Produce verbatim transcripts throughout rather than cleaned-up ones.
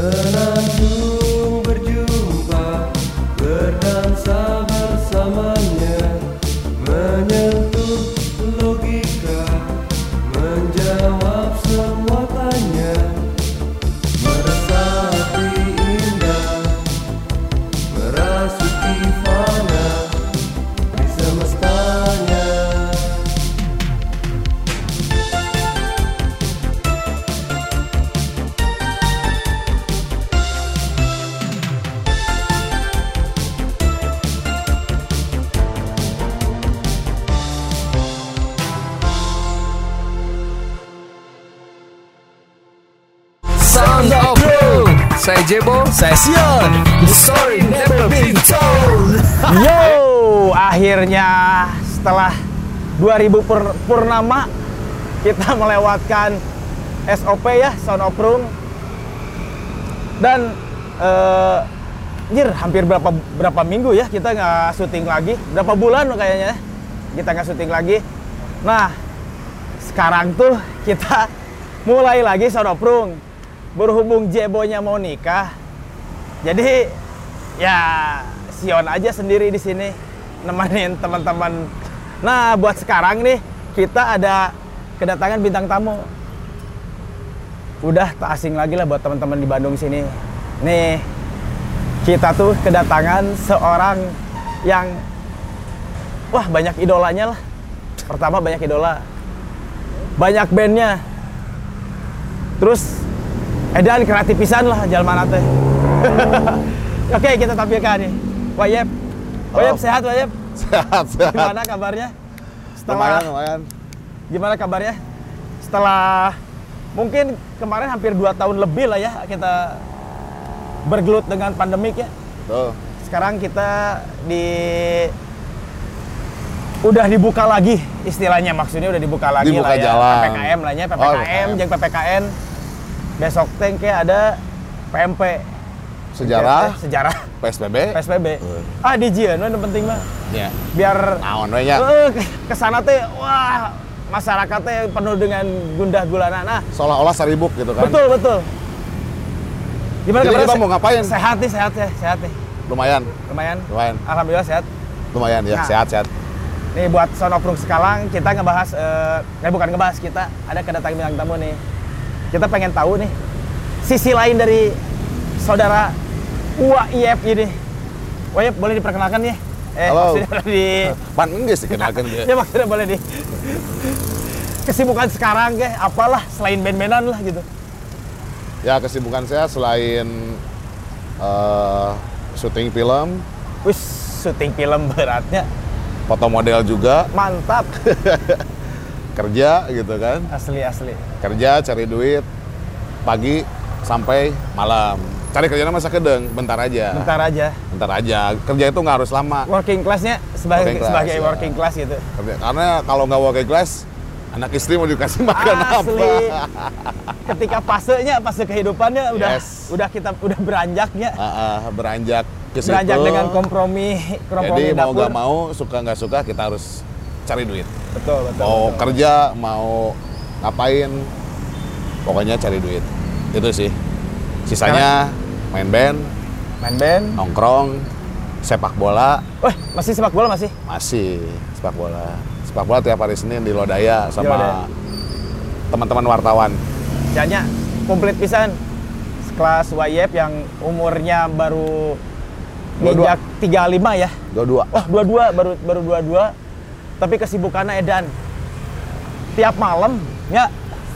Senandung berjumpa, berdansa bersamanya, menyentuh logika, menjawab semua tanya, meresapi indah, merasuki fana di semestanya. Sound of Blue. Saya Jebo, saya Sion. The story never been told. Yo, akhirnya setelah dua ribu pur purnama kita melewatkan S O P ya, Sound of Room. Dan eh jir, hampir berapa berapa minggu ya kita nggak syuting lagi, berapa bulan kayaknya kita nggak syuting lagi. Nah, sekarang tuh kita mulai lagi Sound of Room. Berhubung Jebonya mau nikah, jadi ya Sion aja sendiri di sini nemenin teman-teman. Nah, buat sekarang nih kita ada kedatangan bintang tamu. Udah tak asing lagi lah buat teman-teman di Bandung sini. Nih, kita tuh kedatangan seorang yang wah banyak idolanya lah. Pertama banyak idola, banyak bandnya. Terus edan kreatif pisan lah jalma teh. Oke, kita tampilkan nih. Wayep. Wayep sehat, Wayep? Sehat, sehat. Gimana kabarnya? Setelah Lumayan, lumayan. Gimana kabarnya? Setelah mungkin kemarin hampir dua tahun lebih lah ya kita bergelut dengan pandemik ya. Tuh. Sekarang kita di udah dibuka lagi istilahnya, maksudnya udah dibuka lagi Dibuka lah ya. jalan. P P K M lah ya, P P K M, Oh, P P K M. jeung P P K N. Besok teh kayak ada P M P. Sejarah, Sejarah P S B B. P S B B. Ah, dijieun we nu penting mah. Ya. Biar Naon we nya. Heeh, kesana teh wah, masyarakat teh penuh dengan gundah gulana. Nah, Seolah-olah saribuk gitu kan. betul betul. Gimana Jadi kabarnya? kita mau ngapain? Sehat nih, sehat ya, sehat nih. Lumayan, Lumayan. lumayan. Alhamdulillah sehat. Lumayan ya, Nah. sehat-sehat. Nih buat Sound of Room sekarang kita ngebahas, eh, eh bukan ngebahas, kita ada kedatangan bintang tamu nih. Kita pengen tahu nih sisi lain dari saudara Wayep ini. Wayep boleh diperkenalkan ya? Eh, Halo. maksudnya boleh di... Pan enggak sih kenalkan dia. Ya maksudnya boleh di... Kesibukan sekarang kayak apalah selain band-bandan lah gitu. Ya, kesibukan saya selain eh, syuting film, Wis, syuting film beratnya. foto model juga, Mantap. kerja gitu kan. Asli-asli. Kerja, cari duit, pagi sampai malam. Cari kerjanya masa kedeng, bentar aja. Bentar aja. Bentar aja. Kerja itu nggak harus lama. Working class-nya sebagai, Working class, sebagai ya. working class gitu. Kerja- Karena kalau nggak working class, anak istri mau dikasih makan Asli. apa? Ketika fasenya, fase kehidupannya udah Yes. udah kita udah beranjaknya. Ah, ah, beranjak ke situ. Beranjak dengan kompromi kompromi Jadi mau dapur. nggak mau, suka nggak suka, kita harus cari duit. Betul, betul. Mau betul. kerja, mau ngapain, pokoknya cari duit. Itu sih. Sisanya main band, Main band. nongkrong, sepak bola, Wah, masih sepak bola masih? masih sepak bola. Sepak bola tiap hari Senin di Lodaya Lodaya. sama teman-teman wartawan. Jadinya komplit pisan. Kelas Wayep yang umurnya baru dua puluh dua. nginjak tiga puluh lima ya. Dua-dua. Wah, dua puluh dua baru baru dua puluh dua. Tapi kesibukannya edan. Tiap malam ya.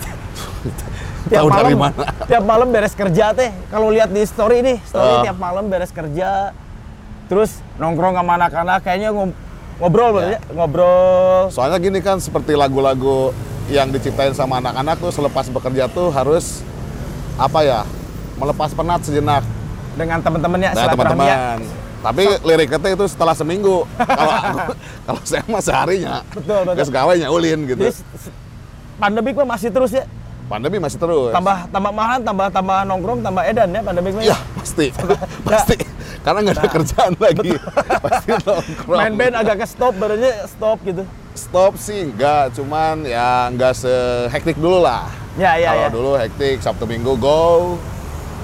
tiap Tahu dari malam, mana? tiap malam beres kerja teh. Kalau lihat di story nih, story Uh. tiap malam beres kerja. Terus nongkrong sama anak-anak kayaknya ngob- ngobrol berarti ya. Ngobrol. Soalnya gini kan, seperti lagu-lagu yang diciptain sama anak-anak tuh selepas bekerja tuh harus apa ya, melepas penat sejenak. Dengan teman-temannya Nah, silaturahmi ya. teman-teman. Tapi liriknya itu setelah seminggu. Kalau aku- kalau saya mah seharinya. Betul, betul. Geus gawe nyaulin gitu. Jadi s- s- pandemik mah masih terus ya. Pandemi masih terus. Tambah tambah mahal, tambah tambah nongkrong, tambah edan ya pandemik mah. Ya pasti, pasti. Karena nggak ada kerjaan lagi. Pasti nongkrong. Main band agak ke stop, barunya stop gitu. Stop sih nggak, cuman ya nggak sehektik dulu lah. Ya, ya, Kalau ya. dulu hektik, Sabtu Minggu go.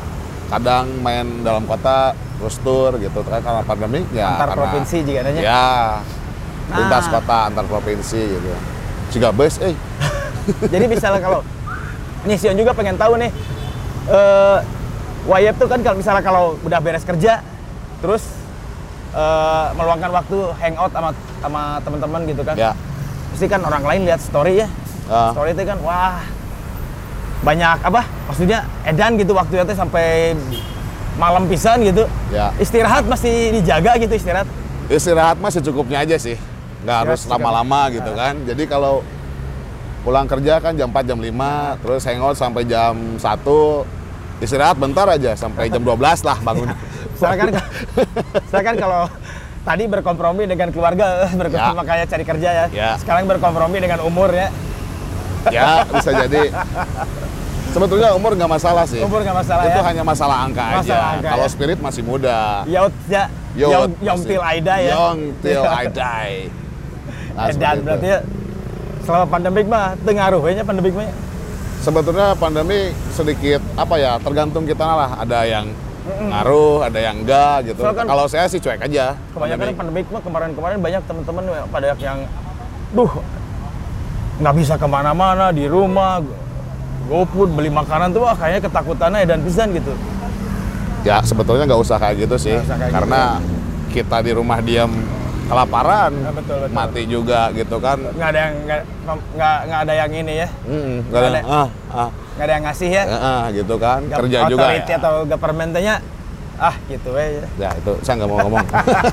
kadang main dalam kota terus tur gitu kan karena pandemi ya Antar karena, provinsi juga nanya. ya lintas Nah. kota antar provinsi gitu juga bus eh Jadi misalnya kalau nih Sion juga pengen tahu nih, eh Wayep tuh kan kalau misalnya kalau udah beres kerja, terus eh, meluangkan waktu hangout sama sama teman-teman gitu kan, ya pasti kan orang lain lihat story ya, Ah. story itu kan wah banyak apa, maksudnya edan gitu waktunya tuh sampai malam pisan gitu, ya istirahat masih dijaga gitu istirahat. istirahat mah secukupnya aja sih nggak harus Istirahat lama-lama secukupnya. gitu kan jadi kalau pulang kerja kan jam empat jam lima terus hangout sampai jam satu istirahat bentar aja sampai jam dua belas lah bangun Saya kan, saya kan kalau tadi berkompromi dengan keluarga, berkompromi Ya. makanya cari kerja ya. Ya. Sekarang berkompromi dengan umur ya. ya bisa jadi sebetulnya umur nggak masalah sih Umur nggak masalah itu ya. hanya masalah angka Masalah aja angka, kalau ya. spirit masih muda Yaut ya, Youth, young, young pasti. till I die ya. Young till I die. Nah, Eh, seperti dan itu. berarti ya, selama pandemik mah, tengaruhnya pandemik mah. ya. Sebetulnya pandemi sedikit apa ya tergantung kita lah. Ada yang ngaruh, ada yang enggak gitu. Soalnya kan- Kalau saya sih cuek aja. Kebanyakan pandemi. pandemik mah kemarin-kemarin banyak teman-teman ya, pada yang, duh, nggak bisa kemana-mana di rumah, GoFood beli makanan tuh, wah kayaknya ketakutannya dan pisan gitu. Ya sebetulnya nggak usah kayak gitu sih. Nggak usah kayak Karena kita di rumah diam kelaparan, Ya, betul, betul. mati juga gitu kan. Nggak ada yang nggak nggak nggak ada yang ini ya, Mm, nggak ada, Nggak ah, ah, nggak ada yang ngasih ya. ah, ah, gitu kan. Nggak- Kerja juga authority ya. atau governmentnya ah gitu ya. Ya itu saya nggak mau ngomong.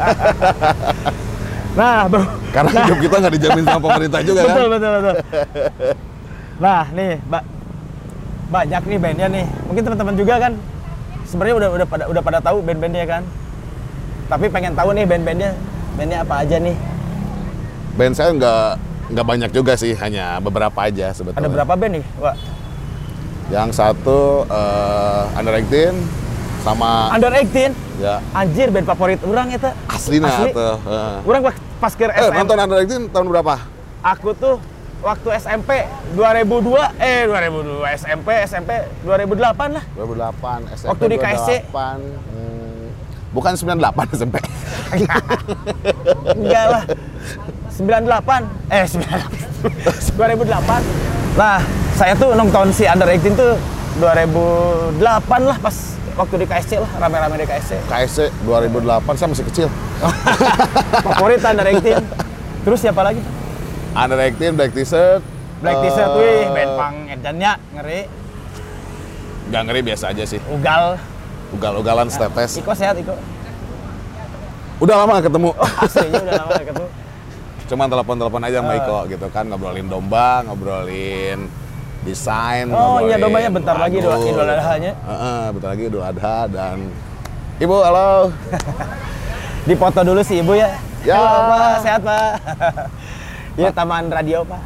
Nah bro, Karena hidup kita nggak dijamin sama pemerintah juga kan. betul betul betul. Nah nih ba- banyak nih bandnya nih, mungkin teman-teman juga kan sebenarnya udah udah pada udah pada tahu band-bandnya kan, tapi pengen tahu nih band-bandnya bandnya apa aja nih. Band saya nggak nggak banyak juga sih, hanya beberapa aja sebetulnya. Ada berapa band nih, Wak? Yang satu eh, Under eighteen sama Under eighteen, ya anjir band favorit orang itu. Asli nah Asli. tuh. eh. Orang pas- pas ke Eh, S M P, nonton Under eighteen tahun berapa? aku tuh waktu S M P dua ribu dua, eh dua ribu dua S M P, S M P dua ribu delapan lah. dua ribu delapan S M P Waktu di K S C. dua ribu delapan. Hmm, bukan sembilan puluh delapan S M P. Enggak lah. sembilan puluh delapan. Eh, sembilan puluh delapan. dua ribu delapan. Nah, saya tuh nonton si Under eighteen tuh dua ribu delapan lah pas waktu di K S C lah, rame-rame di K S C. K S C dua ribu delapan saya masih kecil. Favorit Under eighteen. Terus siapa lagi? Under eighteen Black T-shirt. Black eh, T-shirt wih, band punk edannya ngeri. Nggak ngeri biasa aja sih. Ugal. Ugal-ugalan stetes. Iko sehat, Iko. Udah lama nggak ketemu. Aslinya udah lama gak ketemu. Cuman telepon-telepon aja sama Ah. Iko gitu kan, ngobrolin domba, ngobrolin desain. Oh iya, ngobrolin dombanya bentar lagi Idul- lagu. Idul Adha-nya. Heeh, bentar lagi Idul Adha dan Ibu, halo. Dipoto dulu sih Ibu ya. Ya. Halo Pak, sehat Pak. Iya, Taman Radio Pak.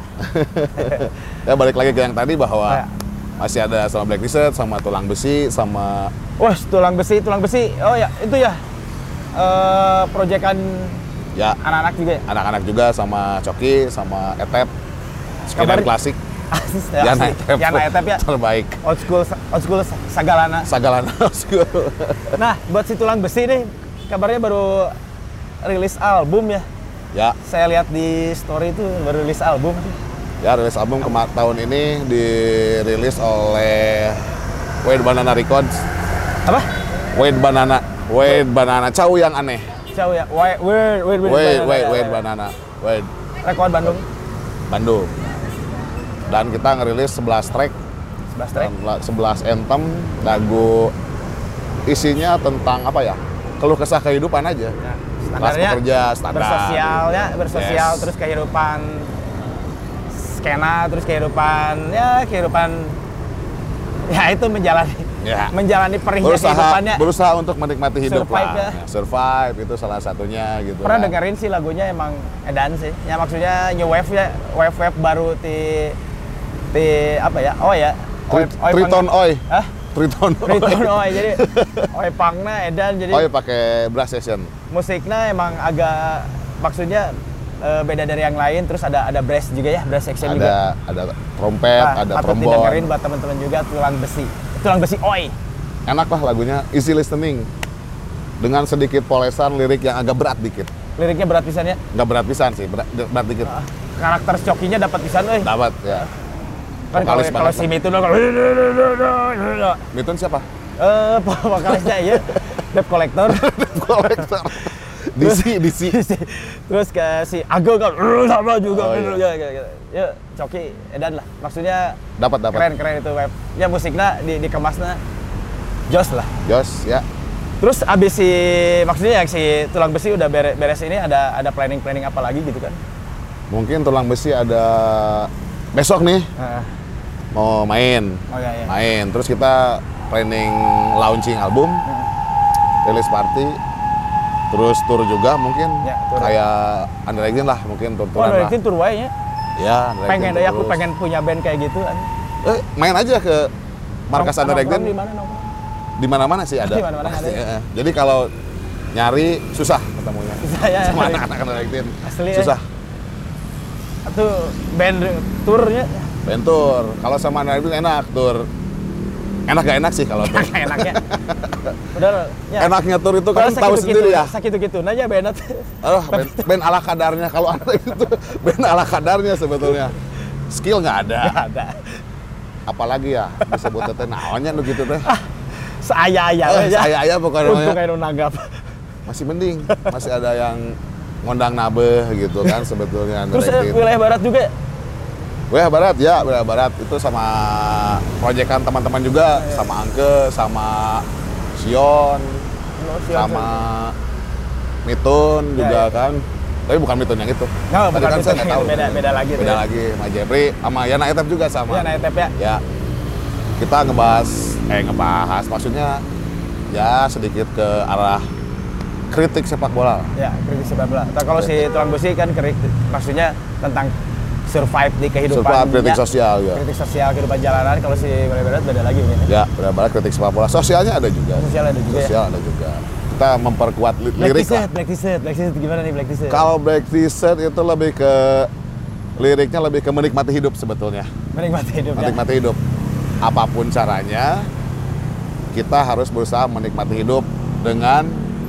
Ya balik lagi ke yang tadi bahwa Ya. masih ada sama Black T-shirt, sama tulang besi, sama Wah, tulang besi, tulang besi. Oh ya, itu ya. Eh, proyekan ya anak-anak juga ya. anak-anak juga, sama Coki, sama Etep, skenario Kabar- klasik. Asli, Yana asli. Etep, Yana Etep ya. terbaik. Old school, old school Sagalana. Sagalana School. Nah, buat si tulang besi nih, kabarnya baru rilis album ya. Ya, Saya lihat di story itu baru rilis album. ya rilis album kema- tahun ini dirilis oleh Wade Banana Records. Apa? Wade Banana, Wade Banana, Cau yang aneh. Jauh ya. Wait, wait, wait, wait. Wade, Wade, Wade Banana, Wade Rekod Bandung. Bandung. Dan kita ngerilis sebelas track, sebelas track. dan la- sebelas anthem, lagu isinya tentang apa ya? Keluh kesah kehidupan aja. Nah, Kelas standarnya pekerja, standar. bersosial ya, bersosial Yes. terus kehidupan skena, terus kehidupan ya kehidupan ya itu menjalani Ya. menjalani perihnya Berusaha, kehidupannya. berusaha untuk menikmati hidup Survive lah. ya. Ya, survive itu salah satunya gitu. Pernah kan. dengerin sih lagunya emang edan sih. Ya maksudnya new wave ya, wave wave baru ti ti apa ya? Oh ya. Tri- Triton Oi. Hah? Triton Oi. Triton Oi. Jadi oi pangna edan jadi Oi pakai brass session. musiknya emang agak maksudnya eh, beda dari yang lain, terus ada ada brass juga ya, brass section juga. Ada ada trompet, Nah, ada patut trombon. didengerin buat teman-teman juga tulang besi. Tulang besi oi. enak lah lagunya, easy listening. Dengan sedikit polesan lirik yang agak berat dikit. Liriknya berat pisannya. Nggak berat pisan sih, berat, berat dikit. Ah, karakter cokinya dapat pisan euy. Dapat ya. Kan kalau Vokalis kalau banget. si Mitun kalau Mitun siapa? eh vokalisnya iya, debt collector. Kolektor. D C, D C. Terus ke si Ago kan "Eh, sama juga. Oh, iya. ya, ya, ya, ya, coki edan lah. Maksudnya Dapat, dapat. keren keren itu web. Ya musiknya di dikemasnya jos lah. Jos, ya. Terus abis si maksudnya yang si tulang besi udah beres, beres ini ada ada planning planning apa lagi gitu kan? Mungkin tulang besi ada besok nih Heeh. mau main. Oh iya iya. Main. Terus kita planning launching album, release party, terus tour juga mungkin. Ya, tour. Kayak Under Legend lah, mungkin Oh, tour-touran lah. itu tour wae nya. Ya, Under Pengen Legend deh aku terus. pengen punya band kayak gitu kan. Eh, main aja ke markas Under Nongkrong Legend. di mana nongkrong? Di mana-mana sih ada. Di mana-mana Pasti, ada. ya. Jadi kalau nyari susah ketemunya. Susah ya. Sama anak-anak Under Legend. Asli ya. Susah. Itu band tournya Band tour. Kalau sama Under Legend enak tour. Enak gak enak sih kalau tour. enaknya. Udah ya. Enaknya tour itu kan Padahal tahu sakitu-kitu- sendiri ya. Sakitu-gitu aja bandnya. Oh, band, band ala kadarnya. Kalau ada itu band ala kadarnya sebetulnya. Skill nggak ada. Nggak ada. Apalagi ya disebut teh naonnya nu gitu teh. Seaya-aya Eh, aja. saya aya pokoknya. Untuk kayak nu nanggap. Masih mending, masih ada yang ngondang nabeh gitu kan sebetulnya. Terus eh, Under Legend. wilayah barat juga. Wilayah Barat ya, Wilayah Barat itu sama proyekan teman-teman juga, sama Angke, sama Sion, sama Mitun juga ya. kan. Tapi bukan Mitun yang itu. No, Tadi bukan kan Mitun saya yang nggak tahu. itu, beda- beda lagi tuh Beda ya. lagi, sama Jepri, sama Yana Etep juga sama. Ya naik tep ya. Ya, kita ngebahas, eh ngebahas, maksudnya ya sedikit ke arah kritik sepak bola. Ya, kritik sepak bola. Nah, kalau si tulang besi kan kritik maksudnya tentang survive di kehidupan. Survive kritik ya, sosial ya. Kritik sosial kehidupan jalanan. Kalau si wilayah barat beda lagi mungkin. Ya, Wilayah Barat kritik sepak bola. Sosialnya ada juga. Sosial ada juga ya. Sosial ada juga. Kita memperkuat li- Black lirik lah. T-shirt, Black T-shirt, Black T-shirt gimana nih Black T-shirt? Kalau Black T-shirt itu lebih ke liriknya lebih ke menikmati hidup sebetulnya. Menikmati hidup ya. Menikmati hidup. Apapun caranya, kita harus berusaha menikmati hidup dengan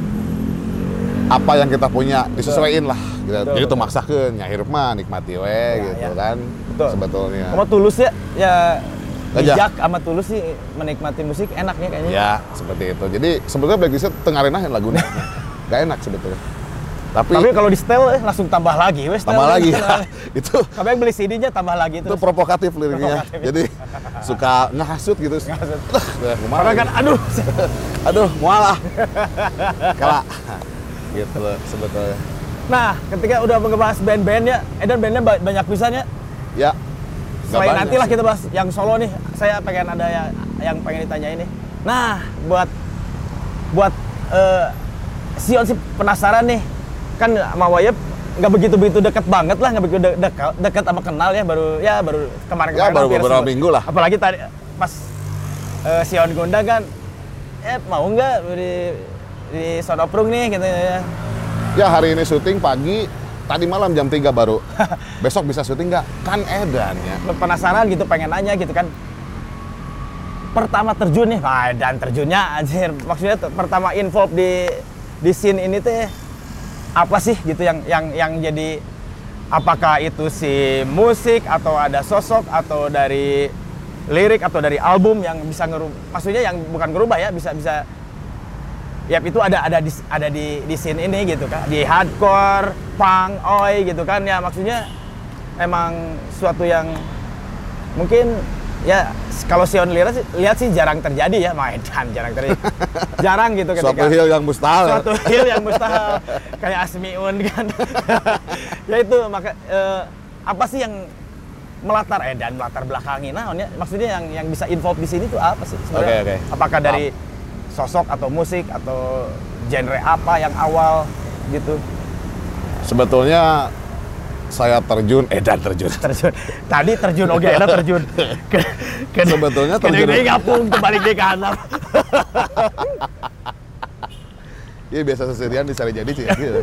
apa yang kita punya, disesuaiin lah. Gitu. Betul, Jadi itu betul. maksakeun nya hirupna nikmati we Ya, gitu ya. kan. Betul. Sebetulnya. Kamu tulus ya? Ya Aja. bijak sama tulus sih menikmati musik enaknya kayaknya. Ya, seperti itu. Jadi sebetulnya Black T-shirt tengarenahin lagunya. Gak enak sebetulnya. Tapi, Tapi kalau di setel eh, langsung tambah lagi, wes. tambah lagi ya. Itu Sampai beli C D-nya tambah lagi itu terus. provokatif liriknya. Provokatif. Jadi suka ngehasut gitu. Ngehasut. Nah, kumaha Karena gitu. kan aduh. Aduh, mual lah. Kalah. Gitu loh sebetulnya. Nah, ketika udah ngebahas band-band ya, Edan bandnya ba- banyak pisan ya. Ya. nggak Selain banyak nanti lah sih. kita bahas yang solo nih. Saya pengen ada yang, yang pengen ditanya ini. Nah, buat buat eh, Sion sih penasaran nih. Kan sama Wayep nggak begitu begitu dekat banget lah, nggak begitu de- dekat dekat sama kenal ya, baru ya baru kemarin-kemarin Ya, baru hampir beberapa semua. minggu lah. Apalagi tadi pas eh, Sion ngundang kan, eh mau nggak di di Sonoprung nih gitu ya. Ya, hari ini syuting pagi, tadi malam jam tiga baru. Besok bisa syuting nggak? Kan edan ya. Penasaran gitu, pengen nanya gitu kan. Pertama terjun nih, nah, dan terjunnya anjir. Maksudnya t- pertama involve di di scene ini teh apa sih gitu yang yang yang jadi, apakah itu si musik atau ada sosok atau dari lirik atau dari album yang bisa ngerubah, maksudnya yang bukan ngerubah ya, bisa bisa ya itu ada ada di ada di di scene ini gitu kan, di hardcore, punk, oi gitu kan ya, maksudnya emang suatu yang mungkin ya kalau Sion lihat sih, lihat sih jarang terjadi ya, Maedan jarang terjadi, jarang gitu ketika Suatu hal yang mustahil. suatu hal yang mustahil kayak Asmiun kan. Ya itu maka eh, apa sih yang melatar eh dan melatar belakangi naonnya, maksudnya yang yang bisa involve di sini tuh apa sih sebenarnya? Oke, oke. Apakah dari sosok atau musik atau genre apa yang awal gitu? Sebetulnya saya terjun, edan terjun. Terjun tadi terjun oke, enak terjun ke, ke Sebetulnya ke terjun- deui ngapung terbalik di kanan. Iya, biasa seserian disari jadi sih. Gitu.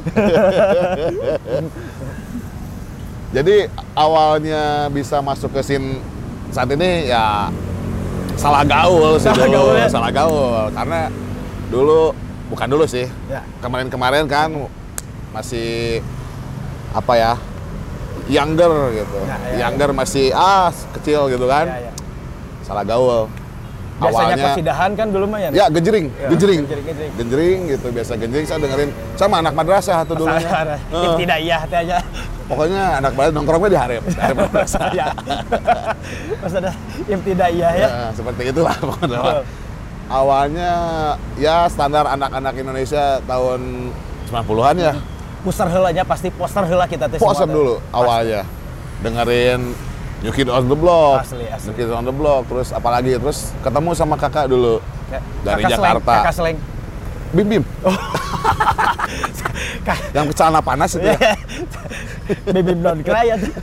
Jadi awalnya bisa masuk ke scene saat ini ya salah gaul sih Salah dulu, gaul ya? salah gaul. Karena dulu, bukan dulu sih, Ya. kemarin-kemarin kan masih apa ya, younger gitu, Ya, ya, younger masih ah kecil gitu kan, Ya, ya. salah gaul. Biasanya Awalnya, kosidahan kan dulu mah ya. ya genjering, Ya, genjering, genjering, genjering. genjering gitu, biasa genjering. Saya dengerin sama anak madrasah tuh dulunya. Masalah, Heeh. tidak iya hati aja. Pokoknya anak madrasah nongkrongnya di harem, di harem madrasah. Ya. Pas ada im tidak iya ya. Ya, seperti itulah pokoknya. Betul. Awalnya ya standar anak-anak Indonesia tahun sembilan puluhan ya. Poster heulanya pasti poster heula kita teh semua Poster teh. dulu awalnya. Dengerin New Kid on the Block. Asli, asli. New Kid on the Block, terus apalagi terus ketemu sama kakak dulu Ya, dari kakak Jakarta. Seleng, kakak Seleng. Bim Bim. Kak- Yang celana panas itu ya. Bebim non keraya tuh.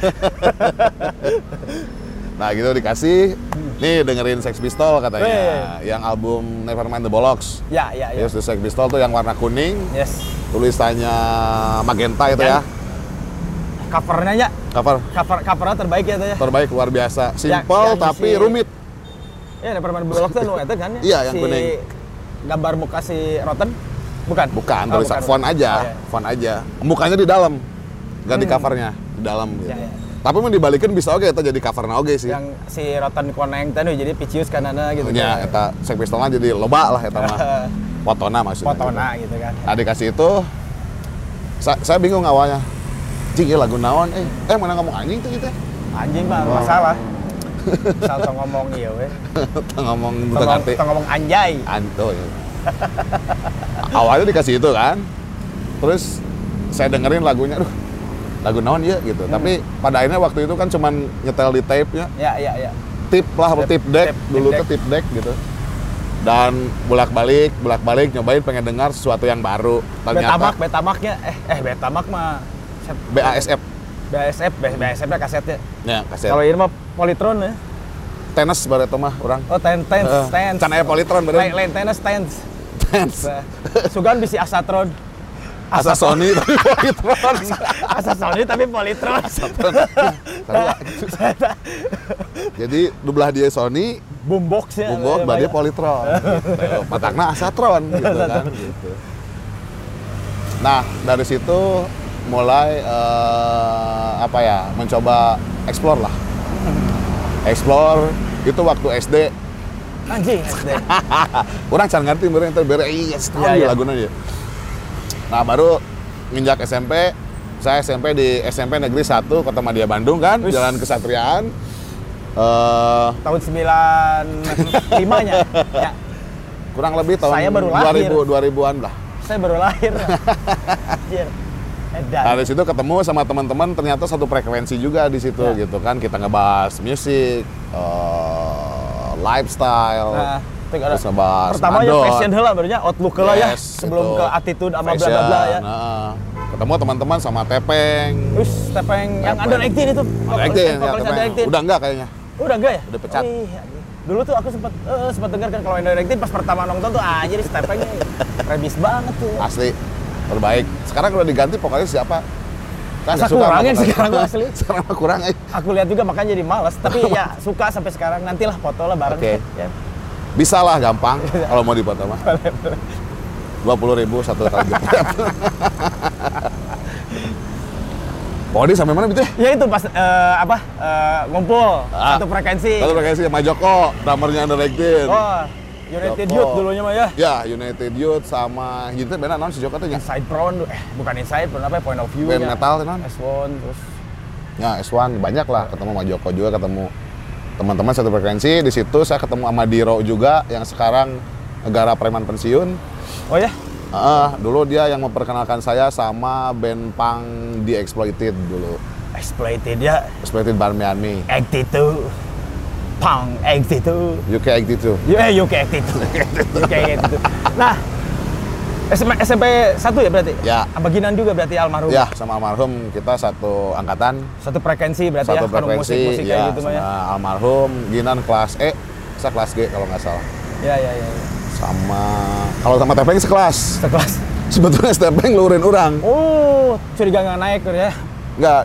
Nah, gitu dikasih. Nih dengerin Sex Pistol katanya. Weh. Yang album Nevermind the Bollocks. Ya, ya, ya. Terus di Sex Pistol tuh yang warna kuning, Yes. tulisannya magenta itu Yang- ya. Covernya ya, Cover cover covernya terbaik ya teh ya. terbaik luar biasa. Simple yang tapi isi- rumit. Ya, ada permain blok tuh nu eta kan ya. Iya, yang Si kuning. Gambar muka si Rotten. Bukan. Bukan, Oh, tulisan bukan, font bukan. aja, Oh, ya. font aja. Mukanya di dalam, nggak di covernya, di dalam gitu. Ya, ya. Tapi mau dibalikin bisa oke, itu jadi covernya oke sih. Yang si Rotten koneng teh nu jadi picius kanana gitu. Ya, kan. eta Sex Pistolnya jadi loba lah eta mah. Fotona maksudnya. Fotona gitu kan. Nah, dikasih itu, sa- saya bingung awalnya. Cing, ya lagu naon, eh, eh mana ngomong anjing tuh gitu. Anjing mah Oh. masalah. Misal tong ngomong ieu we. Tong ngomong Tong buta ngomong, ganti. tong ngomong anjay. Anto ya. Awalnya dikasih itu kan, terus saya dengerin lagunya, aduh lagu naon ya gitu. Hmm. Tapi pada akhirnya waktu itu kan cuman nyetel di tape nya, Ya, ya, ya. tip lah, Tip- tip deck tip- dulu tip tuh tip deck gitu. Dan bolak-balik, bolak-balik nyobain pengen dengar sesuatu yang baru. Betamak, Ternyata Betamaknya eh eh Betamak mah B A S F, B A S F, B A S F nya kasetnya. ya kaset. Kalau ini mah Polytron ya. Tenis baru itu mah orang. Oh, ten, ten, Heeh. ten. Can aya Polytron baru. Lain, lain tenis, ten. Tenis. Sugan bisi Asatron. Asa Sony tapi Polytron. Asa Sony tapi Polytron. Sarua. Jadi belah dia Sony, Boombox ya. Boombox, badi Polytron. Gitu. Matakna Asatron gitu kan. Gitu. Nah, dari situ mulai eh, apa ya, mencoba explore lah. Explore itu waktu S D. Anjing S D. Orang can ngerti bener ente bere iya setahun Iya, di iya. laguna dia. Nah, baru nginjak S M P, saya S M P di S M P Negeri satu Kota Madia Bandung kan, Wis. Jalan Kesatriaan. Eh, Tahun sembilan puluh lima-nya. Ya, kurang lebih tahun Saya baru dua ribu lahir. dua ribuan lah. saya baru lahir. Anjir. Edan. Nah, dari situ ketemu sama teman-teman, ternyata satu frekuensi juga di situ Ya. gitu kan. Kita ngebahas musik, eh, lifestyle, Nah, itu ada- terus ngebahas pertama ya madon. fashion heula barunya outlook heula ya Yes, sebelum itu. ke attitude sama bla Fashion, bla bla ya. nah. Ketemu teman-teman sama Tepeng. Terus Tepeng yang Tepeng. under eighteen itu. Ada acting, ya, vokalis Tepeng. under eighteen. Udah enggak kayaknya. Udah enggak ya? Udah pecat. Wih, anjing. Dulu tuh aku sempat eh, sempat dengar kan kalau under eighteen pas pertama nonton tuh anjir si Tepengnya rebis banget tuh. Asli terbaik. Sekarang udah diganti vokalis siapa? Kan Masa nggak suka kurang sama ya vokalis. sekarang asli? Sekarang mah kurang eh. Aku lihat juga makanya jadi males, tapi ya suka sampai sekarang. Nantilah foto lah bareng. Oke. Ya. Bisa lah gampang kalau mau dipoto mah. dua puluh ribu satu kali jepret. Podi sampai mana gitu ya? Ya itu pas eh, apa eh, ngumpul Ah, satu frekuensi. Satu frekuensi sama Joko, drummernya under eighteen. Oh, United Joko. Youth dulunya mah ya. Ya, United Youth sama gitu benar non si Joko tuh ya. Inside Pro, eh bukan Inside Pro, apa ya, Point of View. Band metal tuh non. S satu terus Ya, S satu banyak lah, ketemu sama Joko juga, ketemu teman-teman satu frekuensi. Di situ saya ketemu sama Diro juga yang sekarang negara preman pensiun. oh ya. Heeh, dulu dia yang memperkenalkan saya sama band punk The Exploited dulu. Exploited ya. Exploited Barmiami. X itu Pang X itu. U K X itu. Ya, U K X itu. U K X itu. Nah, S M P, S M P satu ya berarti? Ya. Baginan juga berarti almarhum. Ya, sama almarhum kita satu angkatan, Satu frekuensi berarti satu ya, kan frekuensi. musik-musik Ya, kayak gitu mah sama ya. almarhum Ginan kelas E, saya kelas G kalau nggak salah. Ya, ya, ya. ya. Sama kalau sama Tepeng sekelas. Sekelas. Sebetulnya Tepeng lurin orang. Oh, curiga nggak naik ya. Nggak,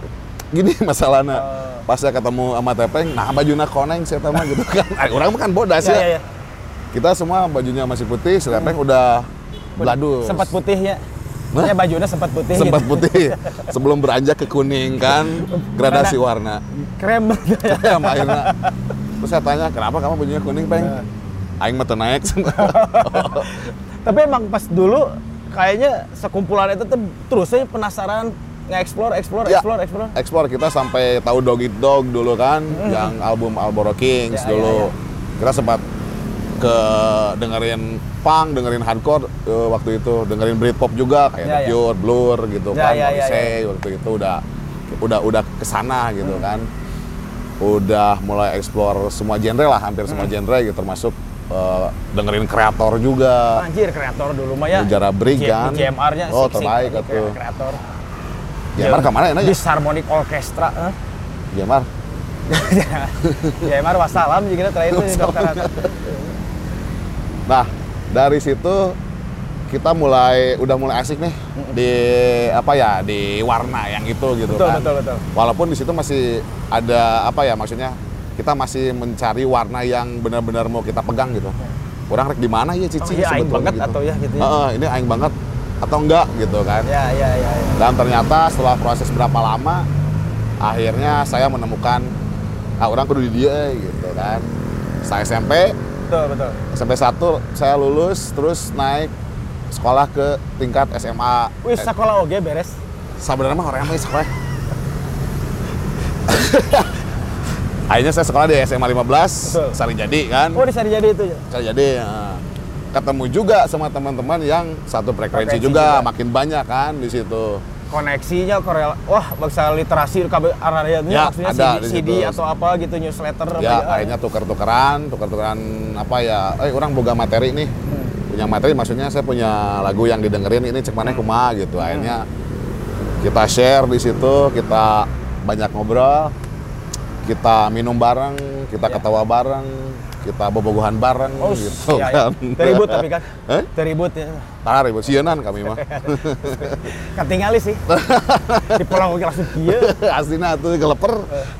gini masalahnya. Oh. Pas saya ketemu sama Tepeng, nah bajunya koneng saya mah gitu kan. Eh, orang kan bodas Ya, ya. ya, ya. Kita semua bajunya masih putih, si Tepeng udah beladus. Sempat putihnya. Hah? Ya bajunya sempat putih. Sempat gitu. putih. Sebelum beranjak ke kuning kan, gradasi warna. Krem. Ya, akhirnya. Terus saya tanya, kenapa kamu bajunya kuning, Peng? Aing mah teu naik. Tapi emang pas dulu kayaknya sekumpulan itu tuh terusnya penasaran nge-explore, explore, Ya. explore, explore. Explore kita sampai tahu Dog Eat Dog dulu kan, yang album Marlboro Kings Ya, dulu. ya, ya. Kita sempat ke dengerin punk, dengerin hardcore eh, waktu itu, dengerin Britpop juga kayak Ya, The ya. Cure, Blur gitu Ya, kan, ya, ya, Morrissey waktu itu udah udah udah kesana gitu kan. Udah mulai explore semua genre lah, hampir semua genre gitu, termasuk eh, dengerin kreator juga. Anjir, kreator dulu mah ya. Ujara Brig J- kan. J M R-nya Oh, sik-sik terbaik tadi, atuh. kreator. J M R kemana ya? Nanya? Disharmonic Orchestra. eh? J M R. J M R wassalam juga terakhir itu di dokter. Nah, dari situ kita mulai udah mulai asik nih di apa ya, di warna yang itu gitu Betul, kan. betul, betul. Walaupun di situ masih ada apa ya, maksudnya kita masih mencari warna yang benar-benar mau kita pegang gitu. Orang rek di mana ya Cici Oh, iya, aing sebetulnya banget gitu. atau ya gitu ya. Heeh, ini aing banget atau enggak gitu kan. Ya, ya, ya, ya. Dan ternyata setelah proses berapa lama akhirnya saya menemukan ah orang kudu di dia gitu kan. Saya S M P, Betul, betul. S M P satu saya lulus, terus naik sekolah ke tingkat S M A. Wih, sekolah oge beres. Sebenarnya mah orang mah sekolah. Akhirnya saya sekolah di S M A lima belas, Betul. Sarijadi kan. Oh, di Sarijadi itu ya. Sarijadi. Ya. Ketemu juga sama teman-teman yang satu frekuensi Frekuensi juga, juga. makin banyak kan di situ. Koneksinya korel, wah bangsa literasi kabeh arahnya Ya, maksudnya ada C D, di C D situ. atau apa gitu newsletter apa Ya, akhirnya tuker-tukeran, tuker-tukeran apa ya? Eh, orang boga materi nih. Punya materi, maksudnya saya punya lagu yang didengerin ini cek mana kumaha gitu. Akhirnya kita share di situ, kita banyak ngobrol, kita minum bareng, kita ketawa bareng, kita bobogohan bareng Oh, gitu iya, iya. kan. Teribut tapi kan. Eh? Teribut ya. Tara ribut sienan kami mah. Katingali sih. Di pulau oge langsung kieu. Aslinya tuh geleper.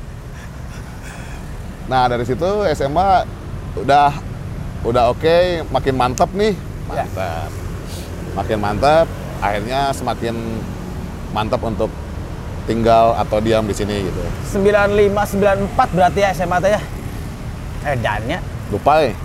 Nah, dari situ S M A udah udah oke, makin mantap nih. Ya. Mantap. Makin mantap, akhirnya semakin mantap untuk tinggal atau diam di sini gitu. sembilan lima sembilan empat berarti ya S M A teh ya. Eh dannya. Lupa ya.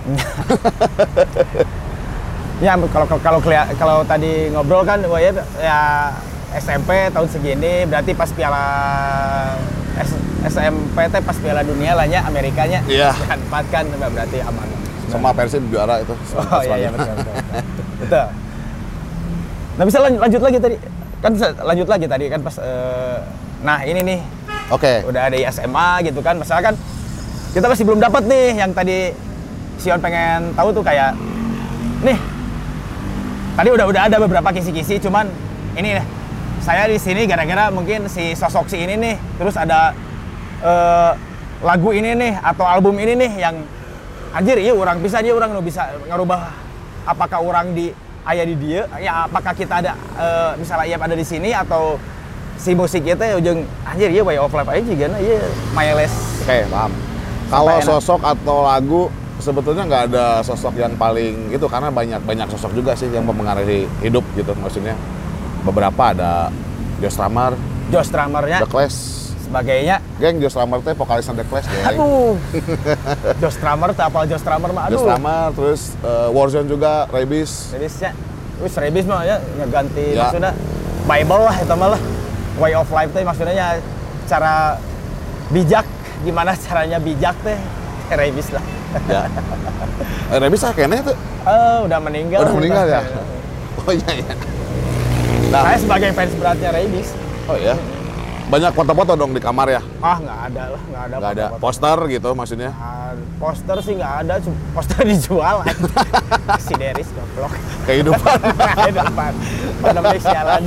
Ya kalau kalau kalau kelia- kalau tadi ngobrol kan wah ya, ya S M P tahun segini berarti pas piala S- SMP teh pas piala dunia lah nya Amerikanya. Iya. Empat kan berarti aman. Sama Persib juara itu. Oh iya, iya betul, betul, betul. Betul. Nah bisa lanjut, lanjut lagi tadi kan bisa- lanjut lagi tadi kan pas eh, nah ini nih Oke. udah ada di S M A gitu kan masalah kan kita masih belum dapat nih yang tadi Sion pengen tahu tuh kayak nih tadi udah udah ada beberapa kisi-kisi cuman ini nih saya di sini gara-gara mungkin si sosok si ini nih terus ada eh, lagu ini nih atau album ini nih yang anjir iya orang bisa dia orang nu bisa ngerubah apakah orang di ayah di dia ya apakah kita ada eh, misalnya iya ada di sini atau si musik itu ujung anjir iya way of life aja juga nah iya Miles Oke, paham. Kalau enak. sosok atau lagu sebetulnya nggak ada sosok yang paling itu karena banyak banyak sosok juga sih yang mempengaruhi hidup gitu maksudnya. Beberapa ada Joe Strummer, Josh Strummer-nya The Clash. sebagainya Geng Joe Strummer teh vokalisnya The Clash geng. aduh Josh Strummer tak apa Josh Strummer mah Joe aduh Strummer terus uh, Warzone juga, Rabies. Rebisnya wis Rebis mah ya ngeganti Ya. maksudnya Bible lah itu malah way of life teh maksudnya ya cara bijak gimana caranya bijak teh Rebis lah Ya. Eh, Rabies ah kayaknya tuh. oh udah meninggal Udah meninggal ya? Oh iya iya. Nah, saya sebagai fans beratnya Rebis oh iya. Banyak foto-foto dong di kamar ya? ah nggak ada lah nggak ada Nggak ada foto-foto. poster gitu maksudnya? Ah, poster sih nggak ada cu- poster dijual aja. Si Deris goblok Kehidupan. depan pandemi sialan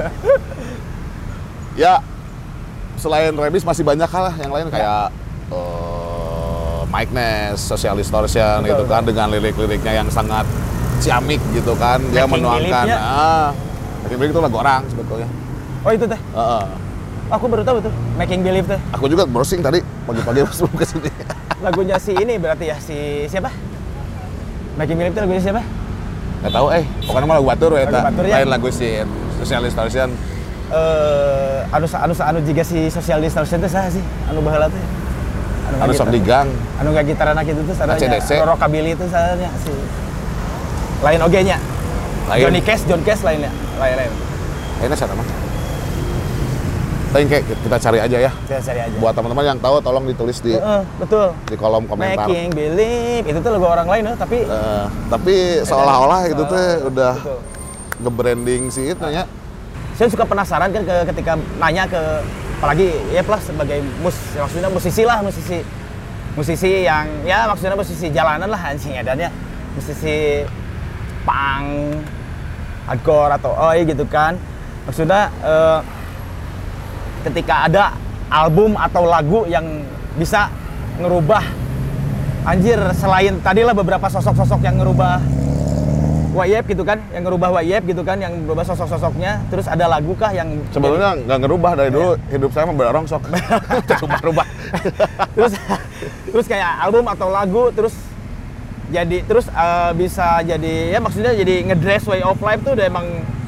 Ya, selain Rabies masih banyak hal lah yang lain kayak uh, Mike Ness, Social Distortion Betul, gitu kan betul. dengan lirik-liriknya yang sangat ciamik gitu kan. Dia Making menuangkan Believe-nya. ah, Making Believe itu lagu orang sebetulnya. oh itu teh Heeh. Aku baru tahu tuh, Making Believe tuh. Aku juga browsing tadi pagi-pagi sebelum ke sini. Lagunya si ini berarti ya, si siapa? Making Believe itu lagunya siapa? Nggak tahu eh, pokoknya mah lagu batur ya, Lagu batur ya? lain lagu si Social Distortion. Eh, anu anu anu juga si Social Distortion itu saya sih, anu baheula teh. Anu sok digang. Anu gak gitar anak itu tuh A C D C. saranya rockabilly itu saranya si. Lain oge nya. Lain. Johnny Cash, John Cash lainnya. Lain-lain. Kayaknya siapa mah? Lain kayak kita cari aja ya. Kita cari aja. Buat teman-teman yang tahu tolong ditulis di Heeh, betul. di kolom komentar. Making Believe itu tuh lagu orang lain ya, tapi Eh, tapi seolah-olah itu tuh udah betul. nge-branding si itu ya. Saya suka penasaran kan ke, ketika nanya ke apalagi ya plus sebagai mus ya maksudnya musisi lah musisi musisi yang ya maksudnya musisi jalanan lah anjing edannya musisi punk hardcore atau oi gitu kan maksudnya eh, ketika ada album atau lagu yang bisa ngerubah anjir selain tadilah beberapa sosok-sosok yang ngerubah Y Y F gitu kan, yang ngerubah Y Y F gitu kan, yang berubah sosok-sosoknya, terus ada lagu kah yang Sebetulnya nggak ngerubah dari dulu hidup saya mah berongsok. Rubah-rubah. terus terus kayak album atau lagu terus jadi terus eh, bisa jadi ya maksudnya jadi ngedress way of life tuh udah emang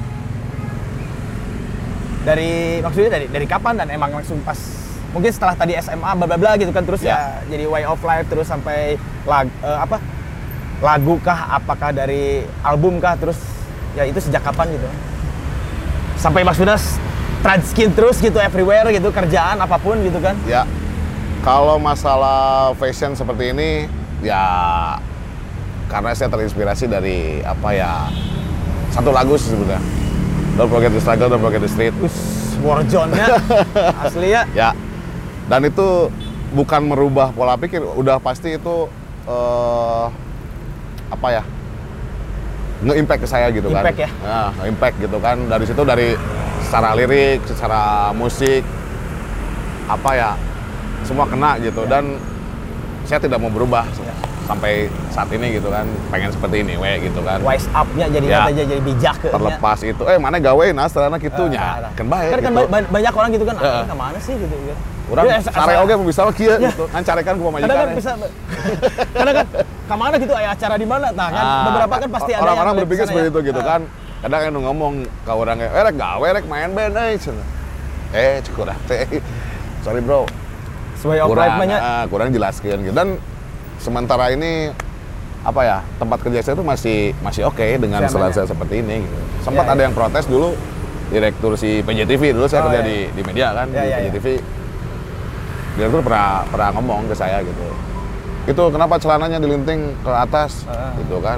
dari maksudnya dari dari kapan dan emang langsung pas mungkin setelah tadi S M A bla bla bla gitu kan terus ya, Ya. jadi way of life terus sampai lag, eh, apa lagu kah apakah dari album kah terus ya itu sejak kapan gitu sampai maksudnya transkin terus gitu everywhere gitu kerjaan apapun gitu kan Ya, kalau masalah fashion seperti ini, ya karena saya terinspirasi dari apa ya satu lagu sih sebenarnya. Don't forget the struggle, don't forget the street. Us, Warzone-nya asli ya. Ya, dan itu bukan merubah pola pikir, udah pasti itu eh, apa ya nge-impact ke saya gitu Impact kan. ya? Nah, nge-impact gitu kan. Dari situ dari secara lirik, secara musik, apa ya semua kena gitu dan saya tidak mau berubah sampai saat ini gitu kan pengen seperti ini we gitu kan Wise up-nya jadi Ya. aja jadi bijak ke terlepas itu eh mana gawe nah setelahnya gitunya Ah, kan baik kan, kan gitu. ba- banyak orang gitu kan Heeh. ah, kemana sih gitu ya Urang Ya, sare asal- oge mau bisa kieu Ya. gitu kan carekan ku kadang kan pamajikan bisa kadang kan kemana gitu aya acara di mana nah kan Ah, beberapa kan pasti ada orang-orang yang berpikir kesana seperti ya. itu gitu Ah. kan kadang yang ngomong ke orang kayak eh rek gawe rek main band euy cenah. eh cukup dah teh sorry bro Way of life kurang banyak ah, kurang jelaskan gitu dan sementara ini apa ya tempat kerja saya itu masih masih oke dengan Siapa selasa seperti ini gitu. Sempat Ya, ada ya. yang protes dulu direktur si P J T V dulu saya Oh, kerja ya. di di media kan Ya, di ya, P J ya. T V. Direktur pernah pernah ngomong ke saya gitu. Itu kenapa celananya dilinting ke atas Ah. gitu kan.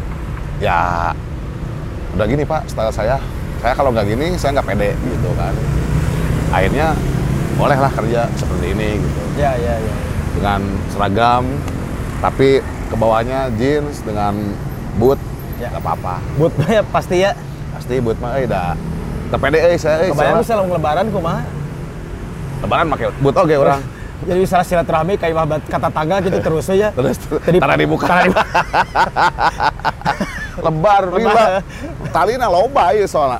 Ya udah gini Pak, style saya. Saya kalau nggak gini saya nggak pede gitu kan. Akhirnya bolehlah kerja seperti ini gitu. ya ya ya Dengan seragam tapi ke bawahnya jeans dengan boot Ya. nggak apa-apa but ya pasti ya pasti boot mah eh dah terpede eh saya eh kebayang salah. bisa lebaran kumaha lebaran pakai boot oke orang jadi bisa silaturahmi kayak mah kata tangga gitu terus aja terus Tadi- tanah dibuka tanah dibuka. lebar Lebar. lila talina loba ieu soalna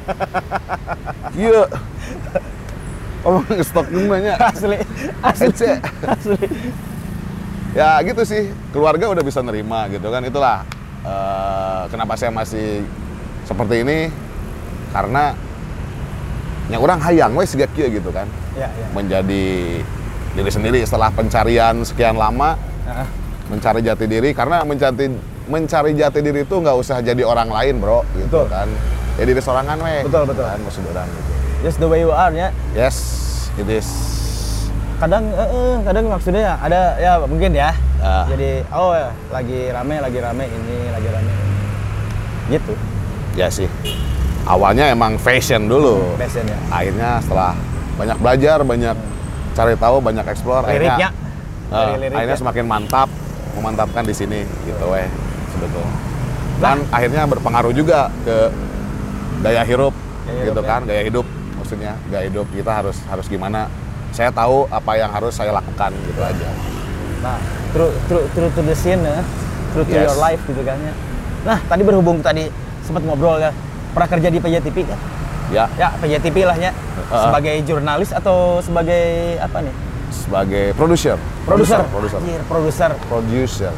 ieu oh stok namanya asli asli Ece. asli ya gitu sih keluarga udah bisa nerima gitu kan itulah eh, kenapa saya masih seperti ini karena yang orang hayang we siga kieu gitu kan ya ya menjadi diri sendiri setelah pencarian sekian lama Heeh. mencari jati diri karena mencari mencari jati diri itu nggak usah jadi orang lain bro gitu Betul. kan ya diri sorangan we Betul, betul. kan maksud orang gitu just the way you are ya yes it is kadang eh, eh, kadang maksudnya ada ya mungkin ya Ah. jadi oh ya, lagi rame lagi rame ini lagi rame ini. Gitu ya sih awalnya emang fashion dulu passion ya akhirnya setelah banyak belajar banyak cari tahu banyak explore liriknya akhirnya, dari eh, liriknya. akhirnya semakin mantap memantapkan di sini gitu weh sebetulnya dan akhirnya berpengaruh juga ke gaya hidup Gaya gitu hidup, ya. kan gaya hidup maksudnya gaya hidup kita harus harus gimana saya tahu apa yang harus saya lakukan gitu aja nah true true true to the scene ya true to Yes. your life gitu kan ya nah tadi berhubung tadi sempat ngobrol ya pernah kerja di P J T V kan Ya. Ya, P J T V lah ya. Uh. Sebagai jurnalis atau sebagai apa nih? Sebagai produser. Produser. Produser. Anjir, produser. Produser.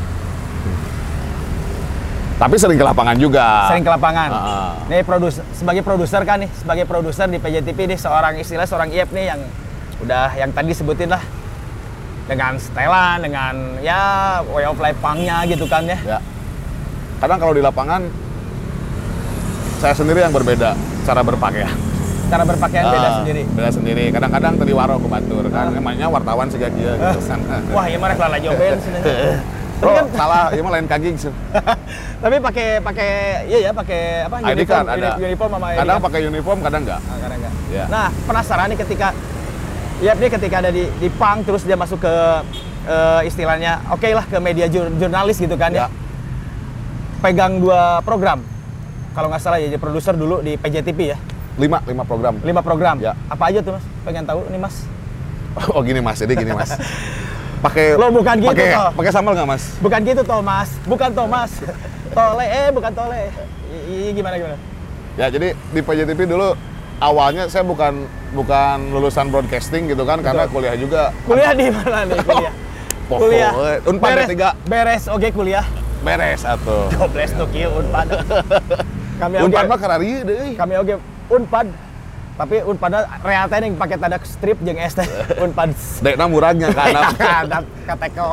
Tapi sering ke lapangan juga. Sering ke lapangan. Uh. Nih produs sebagai produser kan nih, sebagai produser di P J T V nih seorang istilah seorang I F nih yang udah yang tadi sebutin lah. Dengan setelan, dengan ya way of life punk-nya gitu kan ya. Ya. Kadang kalau di lapangan saya sendiri yang berbeda cara berpakaian. Cara berpakaian beda Ah, sendiri. Beda sendiri. Kadang-kadang tadi waro ke batur kan, emangnya wartawan sih gitu kan. Wah, iya mah rek lala joben sebenarnya. Oh, salah, ini mah lain kaging sih. Tapi pakai pakai iya ya, pakai apa? I D card ada. Uniform sama I D Kadang card. pakai uniform, kadang enggak. Nah, kadang enggak. Ya. Nah, penasaran nih ketika ya dia ketika ada di di punk terus dia masuk ke eh, istilahnya oke lah ke media jur- jurnalis gitu kan ya. Ya. Pegang dua program. Kalau nggak salah ya jadi produser dulu di P J T V ya. Lima, lima program. Lima program. Ya. Apa aja tuh Mas? Pengen tahu nih Mas. Oh gini mas, jadi gini mas. Pakai Lo bukan gitu, pakai toh. pakai sambal nggak mas? Bukan gitu Thomas, bukan Thomas. Tole eh bukan tole. I, i- gimana gimana? Ya jadi di P J T V dulu awalnya saya bukan bukan lulusan broadcasting gitu kan, karena kuliah juga. Kuliah di mana nih kuliah? Pokoknya, Kuliah. Unpad beres, D tiga. Beres, oke kuliah. Beres atuh. Gobles tuh kieu Unpad. Kami oge. Unpad mah karari deh. Kami oge Unpad. Tapi Unpad realita yang pakai tanda strip jeung es teh. Unpad. Dekna murahnya kan. Kadap katekel.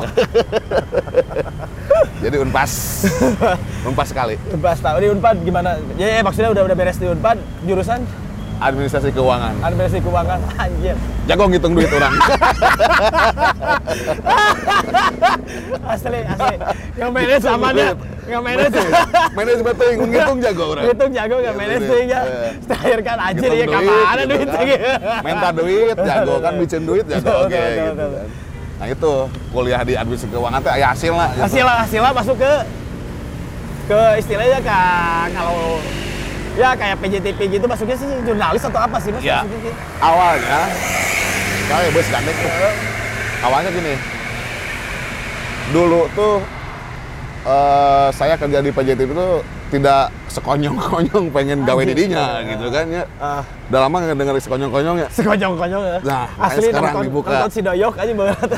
Jadi unpas. Unpas sekali. Unpad tahu di Unpad gimana? Ya, ya maksudnya udah udah beres di Unpad jurusan Administrasi keuangan. administrasi keuangan. Anjir. Jago ngitung duit orang. Asli, asli. Yang manage sama dia. Yang manage. Manajemen teh ngitung jago orang. Hitung jago nggak Gitu manage deh. tuh ya. Iya. Terakhir kan anjir Ngitung ya kemana gitu duit kan. lagi. Minta duit jago kan, bikin duit jago. Betul, Oke betul, gitu betul. kan. Nah itu kuliah di administrasi keuangan teh aya hasil lah. gitu. Hasil lah, hasil lah masuk ke ke istilahnya ke kalau ya kayak P J T V gitu masuknya sih jurnalis atau apa sih Mas? Ya. Masuknya sih? Awalnya kayak bos gandeng tuh. Awalnya gini. Dulu tuh eh, saya kerja di P J T V itu tidak sekonyong-konyong pengen gawe Anjir. didinya gitu kan ya. Ah, Udah lama nggak denger sekonyong-konyong ya. sekonyong-konyong ya. Nah, Asli makanya sekarang nonton, dibuka. nonton si Doyok aja banget.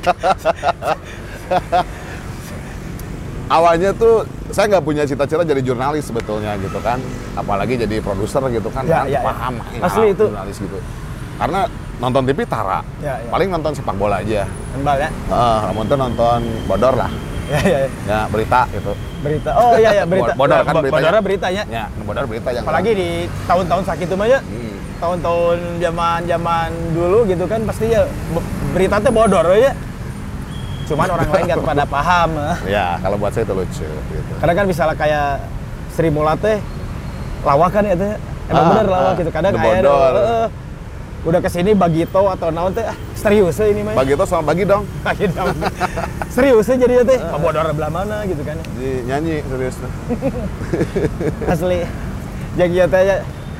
Awalnya tuh saya nggak punya cita-cita jadi jurnalis sebetulnya gitu kan, apalagi jadi produser gitu kan, Ya, kan ya, ya. paham ya, Asli itu. jurnalis gitu. Karena nonton T V tara, Ya, ya. paling nonton sepak bola aja. Embal ya. Heeh, namun tuh nonton bodor lah, Ya, ya, ya. ya berita gitu. Berita. Oh iya ya berita. Bodor kan Bo- beritanya. Bodornya beritanya. Ya, bodor berita yang Apalagi di tahun-tahun sakit itu mah ya. Hmm. Tahun-tahun zaman-zaman dulu gitu kan pasti ya be- berita teh bodor ya. Cuman orang lain nggak pada paham. Ya, kalau buat saya itu lucu gitu. Kadang kan misalnya kayak Sri Mula teh lawak kan ya teh. Emang Ah, bener lawak ah, gitu. Kadang the kayak bodor. eh, udah kesini Bagito atau naon teh ah, serius ya ini mah. Bagi itu sama bagi dong, Bagi dong. Serius ya jadinya teh. Oh, bodor belah mana gitu kan. di nyanyi serius. Asli. Jadi ya teh ya.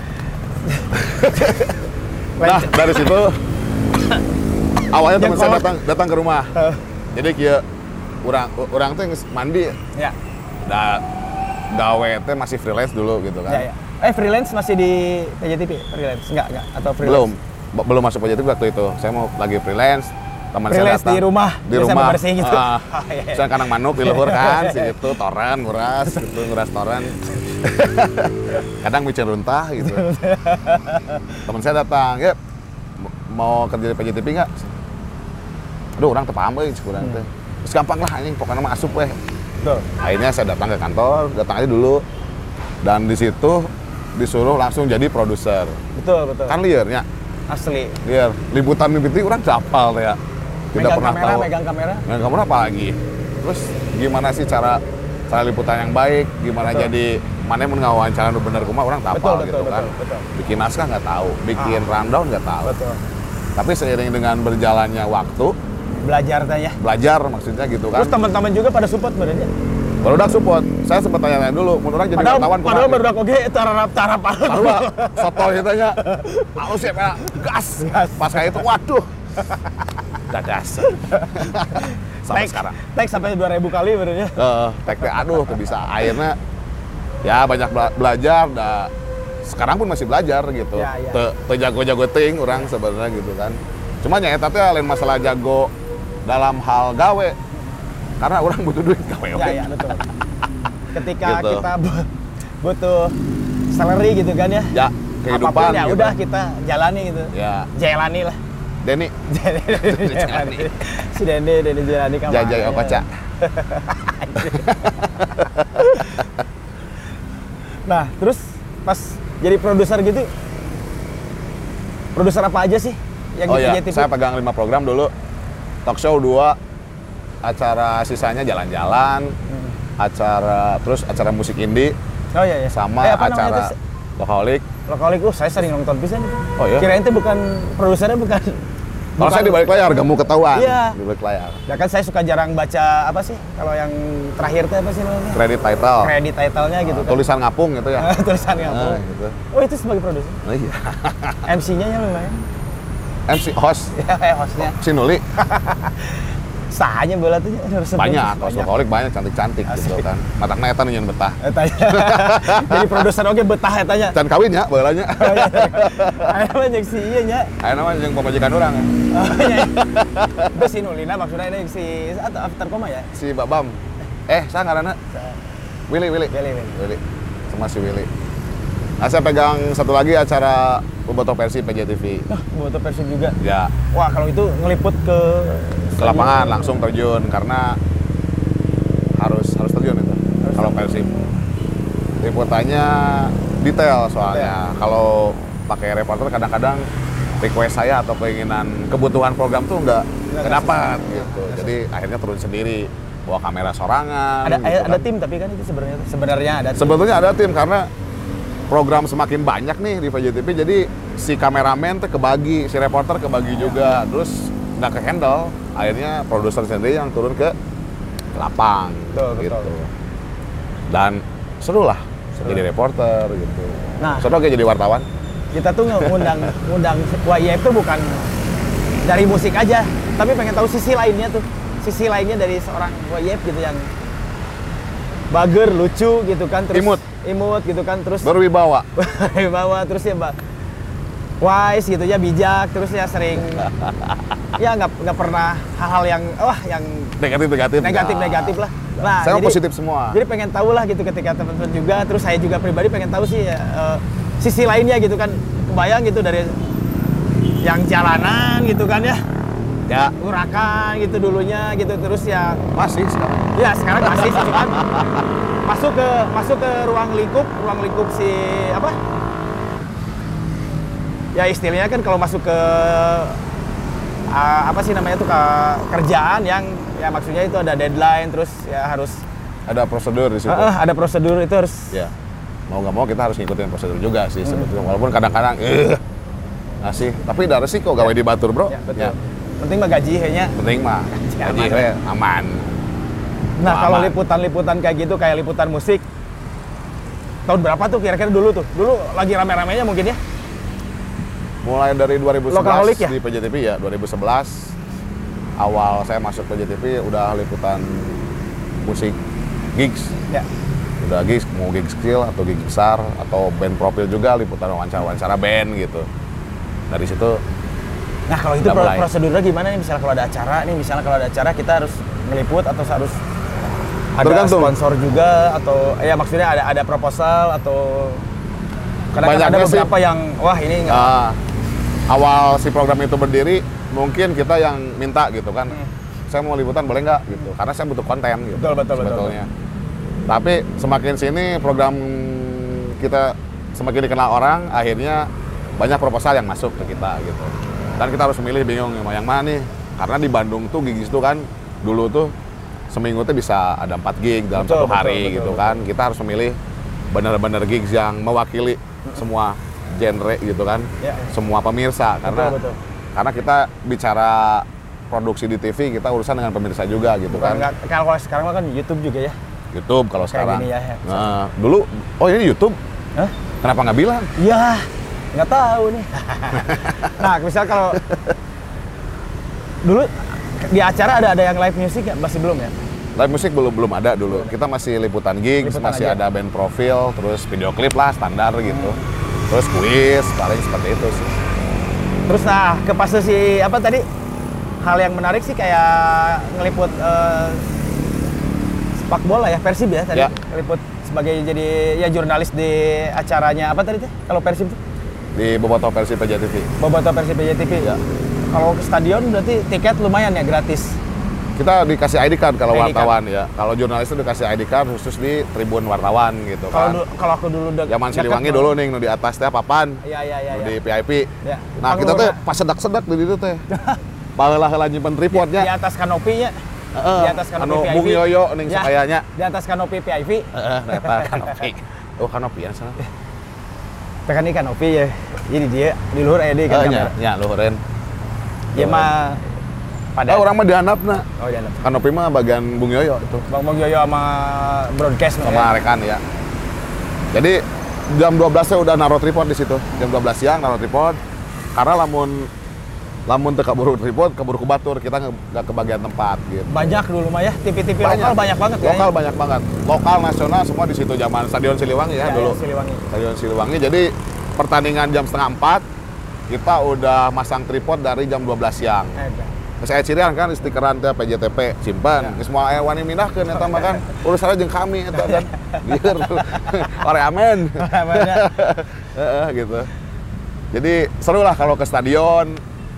Nah, dari situ awalnya teman saya Jengkol. datang datang ke rumah. Eh, Jadi kia orang orang tuh yang mandi, ya. da gawe teh masih freelance dulu gitu kan. Ya, ya. Eh freelance masih di P J T V? Freelance? Enggak, enggak. Atau freelance? Belum, B- belum masuk P J T V waktu itu. Saya mau lagi freelance, teman saya Freelance datang di rumah? di Biasa rumah. bebersih gitu? Ah, Oh, iya, iya. saya kanang manuk di luhur kan, si itu toran nguras, gitu nguras toran. Kadang micin runtah gitu. Teman saya datang, ya m- mau kerja di P J T V nggak? Aduh, orang tepaham euy kurang teh. Terus gampang lah anjing, pokoknya mah asup weh. Betul. Akhirnya saya datang ke kantor, datang aja dulu. Dan di situ disuruh langsung jadi produser. Betul, betul. Kan liarnya, Asli. liar. Liputan liputan orang capal ya. Tidak Megang pernah kamera, tahu. megang kamera. Megang kamera apa lagi? Terus gimana sih cara cara liputan yang baik? Gimana Betul. jadi mana yang ngawawancara nu bener kumaha orang Betul, tapal betul, gitu kan. betul, betul. Bikin naskah nggak tahu, bikin rundown nggak tahu. Betul. Tapi seiring dengan berjalannya waktu, Belajar teh ya. belajar maksudnya gitu kan. Terus teman-teman juga pada support berarti. Baru udah support. Saya sempat tanya-tanya dulu, menurut orang jadi Padahal, wartawan padahal baru udah oke tarap tarap Baru lah, soto gitu nya. Aku sih ya, gas. Gas. Pas kayak itu, waduh. Dadas. Sampai Tag- sekarang. Tag sampai dua ribu kali berarti. Eh, tek teh aduh tuh bisa akhirnya ya banyak bela- belajar dah sekarang pun masih belajar gitu. Ya, ya. Te, te jago-jago ting orang sebenarnya gitu kan. Cuma nya eta teh lain masalah jago dalam hal gawe. Karena orang butuh duit gawe Ya, oke. ya, betul. Ketika Gitu. kita bu- butuh salary gitu kan ya. Ya, kehidupan Apapun ya gitu. udah kita jalani gitu. Ya, Jalani lah. Denny Jalani. Si Dende, Dende Jalani kan. jajai okoca. Nah, terus pas jadi produser gitu, produser apa aja sih yang Oh di ya, P J T V? saya pegang lima program dulu. Talk show dua, acara sisanya jalan-jalan, Hmm. acara terus acara musik indie Oh iya ya. sama Eh, apa namanya acara tuh? Lokalik. Lokalik, oh saya sering nonton pisan itu. Oh iya? Kirain itu bukan produsernya bukan. Kalau saya di balik layar, gak mau ketahuan. Iya. Di balik layar. Ya kan saya suka jarang baca apa sih kalau yang terakhir itu apa sih namanya? Kredit title. Kredit title-nya gitu kan. Tulisan ngapung gitu ya. Tulisannya apa? Nah, gitu. Oh itu sebagai produser. Oh, iya. M C-nya ya lumayan. M C host Ya kayak hostnya. si Nuli Sahanya bola tuh harus sebut. banyak, host Lokalik banyak cantik-cantik gitu Asik. kan. Matangna eta nu nyeun betah. Eh, tanya. Jadi produser oke betah ya tanya. Can kawin ya bolanya. Ayo banyak sih iya nya. Aya nama jeung pamajikan urang ya. Oh, iya. Itu si Nulina maksudnya ini si atau after koma ya? Si Babam. Eh, saya ngaranna Willy, Willy. Willy, Willy. Willy. Sama si Willy. Nah, saya pegang satu lagi acara Bobotoh Versi P J T V. Nah, buat versi juga. Ya, Wah, kalau itu ngeliput ke ke lapangan langsung terjun karena harus harus terjun itu. Kalau Persib. Liputannya detail soalnya. Kalau pakai reporter kadang-kadang request saya atau keinginan kebutuhan program tuh nggak Nggak kedapat kasih. gitu. Jadi akhirnya turun sendiri bawa kamera sorangan. Ada gitu ada kan. tim tapi kan itu sebenarnya sebenarnya ada tim. Sebetulnya ada tim karena program semakin banyak nih di P J T V, jadi si kameramen tuh kebagi, si reporter kebagi juga, terus nggak ke handle, akhirnya produser sendiri yang turun ke, ke lapang, Betul, gitu. betul. Dan seru lah jadi reporter gitu. Nah. Seru kayak jadi wartawan. Kita tuh ngundang ngundang W I F itu bukan dari musik aja, tapi pengen tahu sisi lainnya tuh. Sisi lainnya dari seorang W I F gitu yang bager, lucu gitu kan, terus Imut. imut gitu kan, terus Berwibawa. bawa terus ya Mbak wise gitu ya, bijak, terus ya sering ya nggak nggak pernah hal-hal yang wah yang Negatif-negatif. negatif negatif lah. Nah, Saya jadi, positif semua. Jadi pengen tahu lah gitu ketika teman-teman juga, terus saya juga pribadi pengen tahu sih ya, eh, sisi lainnya gitu kan, kebayang gitu dari yang jalanan gitu kan ya, Ya, urakan gitu dulunya gitu, terus ya masih sekarang. ya sekarang masih sih cuman masuk ke masuk ke ruang lingkup ruang lingkup si apa ya istilahnya kan kalau masuk ke uh, apa sih namanya tuh ke kerjaan yang ya maksudnya itu ada deadline, terus ya harus Ada prosedur di situ. uh, uh, ada prosedur itu harus Ya, mau nggak mau kita harus ngikutin prosedur juga sih sebetulnya. Walaupun kadang-kadang, eh, nggak sih. Tapi ada resiko gawe di batur bro. ya, betul. Penting mah gaji kayaknya. Penting mah, gaji Aman. we aman. Nah, Aman. kalau liputan-liputan kayak gitu, kayak liputan musik, tahun berapa tuh kira-kira dulu tuh? Dulu lagi rame-ramenya mungkin ya? Mulai dari dua ribu sebelas Lokaholic ya? di P J T V ya, dua ribu sebelas awal saya masuk P J T V udah liputan musik gigs. Ya. Udah gigs, mau gigs kecil atau gigs besar atau band profil juga, liputan wawancara-wawancara band gitu. Dari situ Nah, kalau itu Udah pro- mulai. prosedurnya gimana nih? Misalnya kalau ada acara nih, misalnya kalau ada acara kita harus meliput atau harus ada Tergantung. sponsor juga atau ya maksudnya ada ada proposal atau kadang ada Banyaknya sih. beberapa yang wah ini nggak Ah, awal si program itu berdiri, mungkin kita yang minta gitu kan. Saya mau liputan boleh nggak gitu, karena saya butuh konten gitu. Betul, betul, betul, sebetulnya. Tapi semakin sini program kita semakin dikenal orang, akhirnya banyak proposal yang masuk ke kita gitu. Dan kita harus memilih, bingung mau yang mana nih. Karena di Bandung tuh gigs itu kan dulu tuh seminggu tuh bisa ada empat gig dalam Betul, satu betul, hari betul, gitu betul. kan. Kita harus memilih benar-benar gigs yang mewakili semua genre gitu kan. Ya. Semua pemirsa karena betul. karena kita bicara produksi di T V, kita urusan dengan pemirsa juga gitu Bukan kan. nggak- kalau sekarang mah kan YouTube juga ya. YouTube kalau Kayak sekarang. gini ya, ya. Nah, dulu oh ini YouTube. Hah? Kenapa nggak bilang? Ya, nggak tahu nih. Nah, misal kalau dulu di acara ada ada yang live music ya? Masih belum ya? Live musik belum belum ada dulu. Kita masih liputan gigs, Liputan masih aja. ada band profil, terus video klip lah standar gitu. Terus kuis, paling seperti itu sih. Terus nah, ke fase si apa tadi? Hal yang menarik sih kayak ngeliput uh, sepak bola ya, Persib ya tadi. Ya. Ngeliput sebagai jadi ya jurnalis di acaranya apa tadi teh? Kalau Persib tuh? Di Bobotoh Persib P J T V. Bobotoh Persib P J T V. Ya. Kalau ke stadion berarti tiket lumayan ya, gratis. Kita dikasih I D card kalau I D card. wartawan ya. Kalau jurnalis itu dikasih I D card khusus di tribun wartawan gitu Kalau kan. du- kalau aku dulu de- Zaman deket Siliwangi banget. dulu nih, nu di atas teh papan. Iya iya iya. Nu Ya. di V I P. Ya. Nah, kita teh pas sedak-sedak di ditu teh. Baheula-heula nyimpen tripodnya. Di atas kanopinya. Heeh. Di atas kanopi anu V I P. Bung Yoyo ning Ya. sakayanya. Di atas kanopi V I P. Heeh, eta kanopi. Oh, kanopi ya sana. Tekan ini kanopi ya. Jadi dia di luhur aya deui Heeh, kan nya, kamera. nya luhureun. Ya mah pada Ah, orang mah dihandapna. Oh, di atas. Kanopi mah bagian Bung Yoyo itu. Bang Bang Yoyo sama broadcast Sama rekan ya. Jadi jam dua belas saya udah naruh tripod di situ. Jam dua belas siang naruh tripod. Karena lamun lamun teu kaburu tripod, kaburu ku batur, kita nge- nggak kebagian tempat gitu. Banyak dulu mah ya, T V-T V lokal banyak banget ya. Lokal banyak banget. Lokal, nasional semua di situ zaman Stadion Siliwangi ya, Ya, dulu. ya, Siliwangi. Stadion Siliwangi. Jadi pertandingan jam setengah empat kita udah masang tripod dari jam dua belas siang. Eh, Terus aya cirian kan stikeran teh P J T P simpan. Geus moal aya wani mindahkeun eta mah kan. Urusanna jeung kami eta kan. Lieur. Ore amen. Banyak. Heeh gitu. Jadi seru lah kalau ke stadion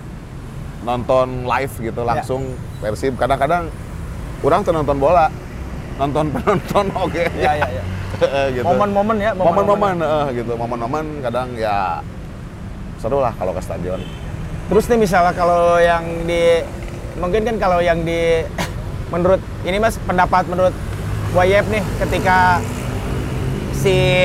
nonton live gitu langsung Persib. Kadang-kadang orang tuh nonton bola, nonton penonton oke. Ya ya ya. Gitu. Momen-momen ya, Momen-momen heeh, gitu. Momen-momen kadang ya seru lah kalau ke stadion. Terus nih misalnya kalau yang di mungkin kan kalau yang di menurut ini Mas pendapat menurut Wayep nih ketika si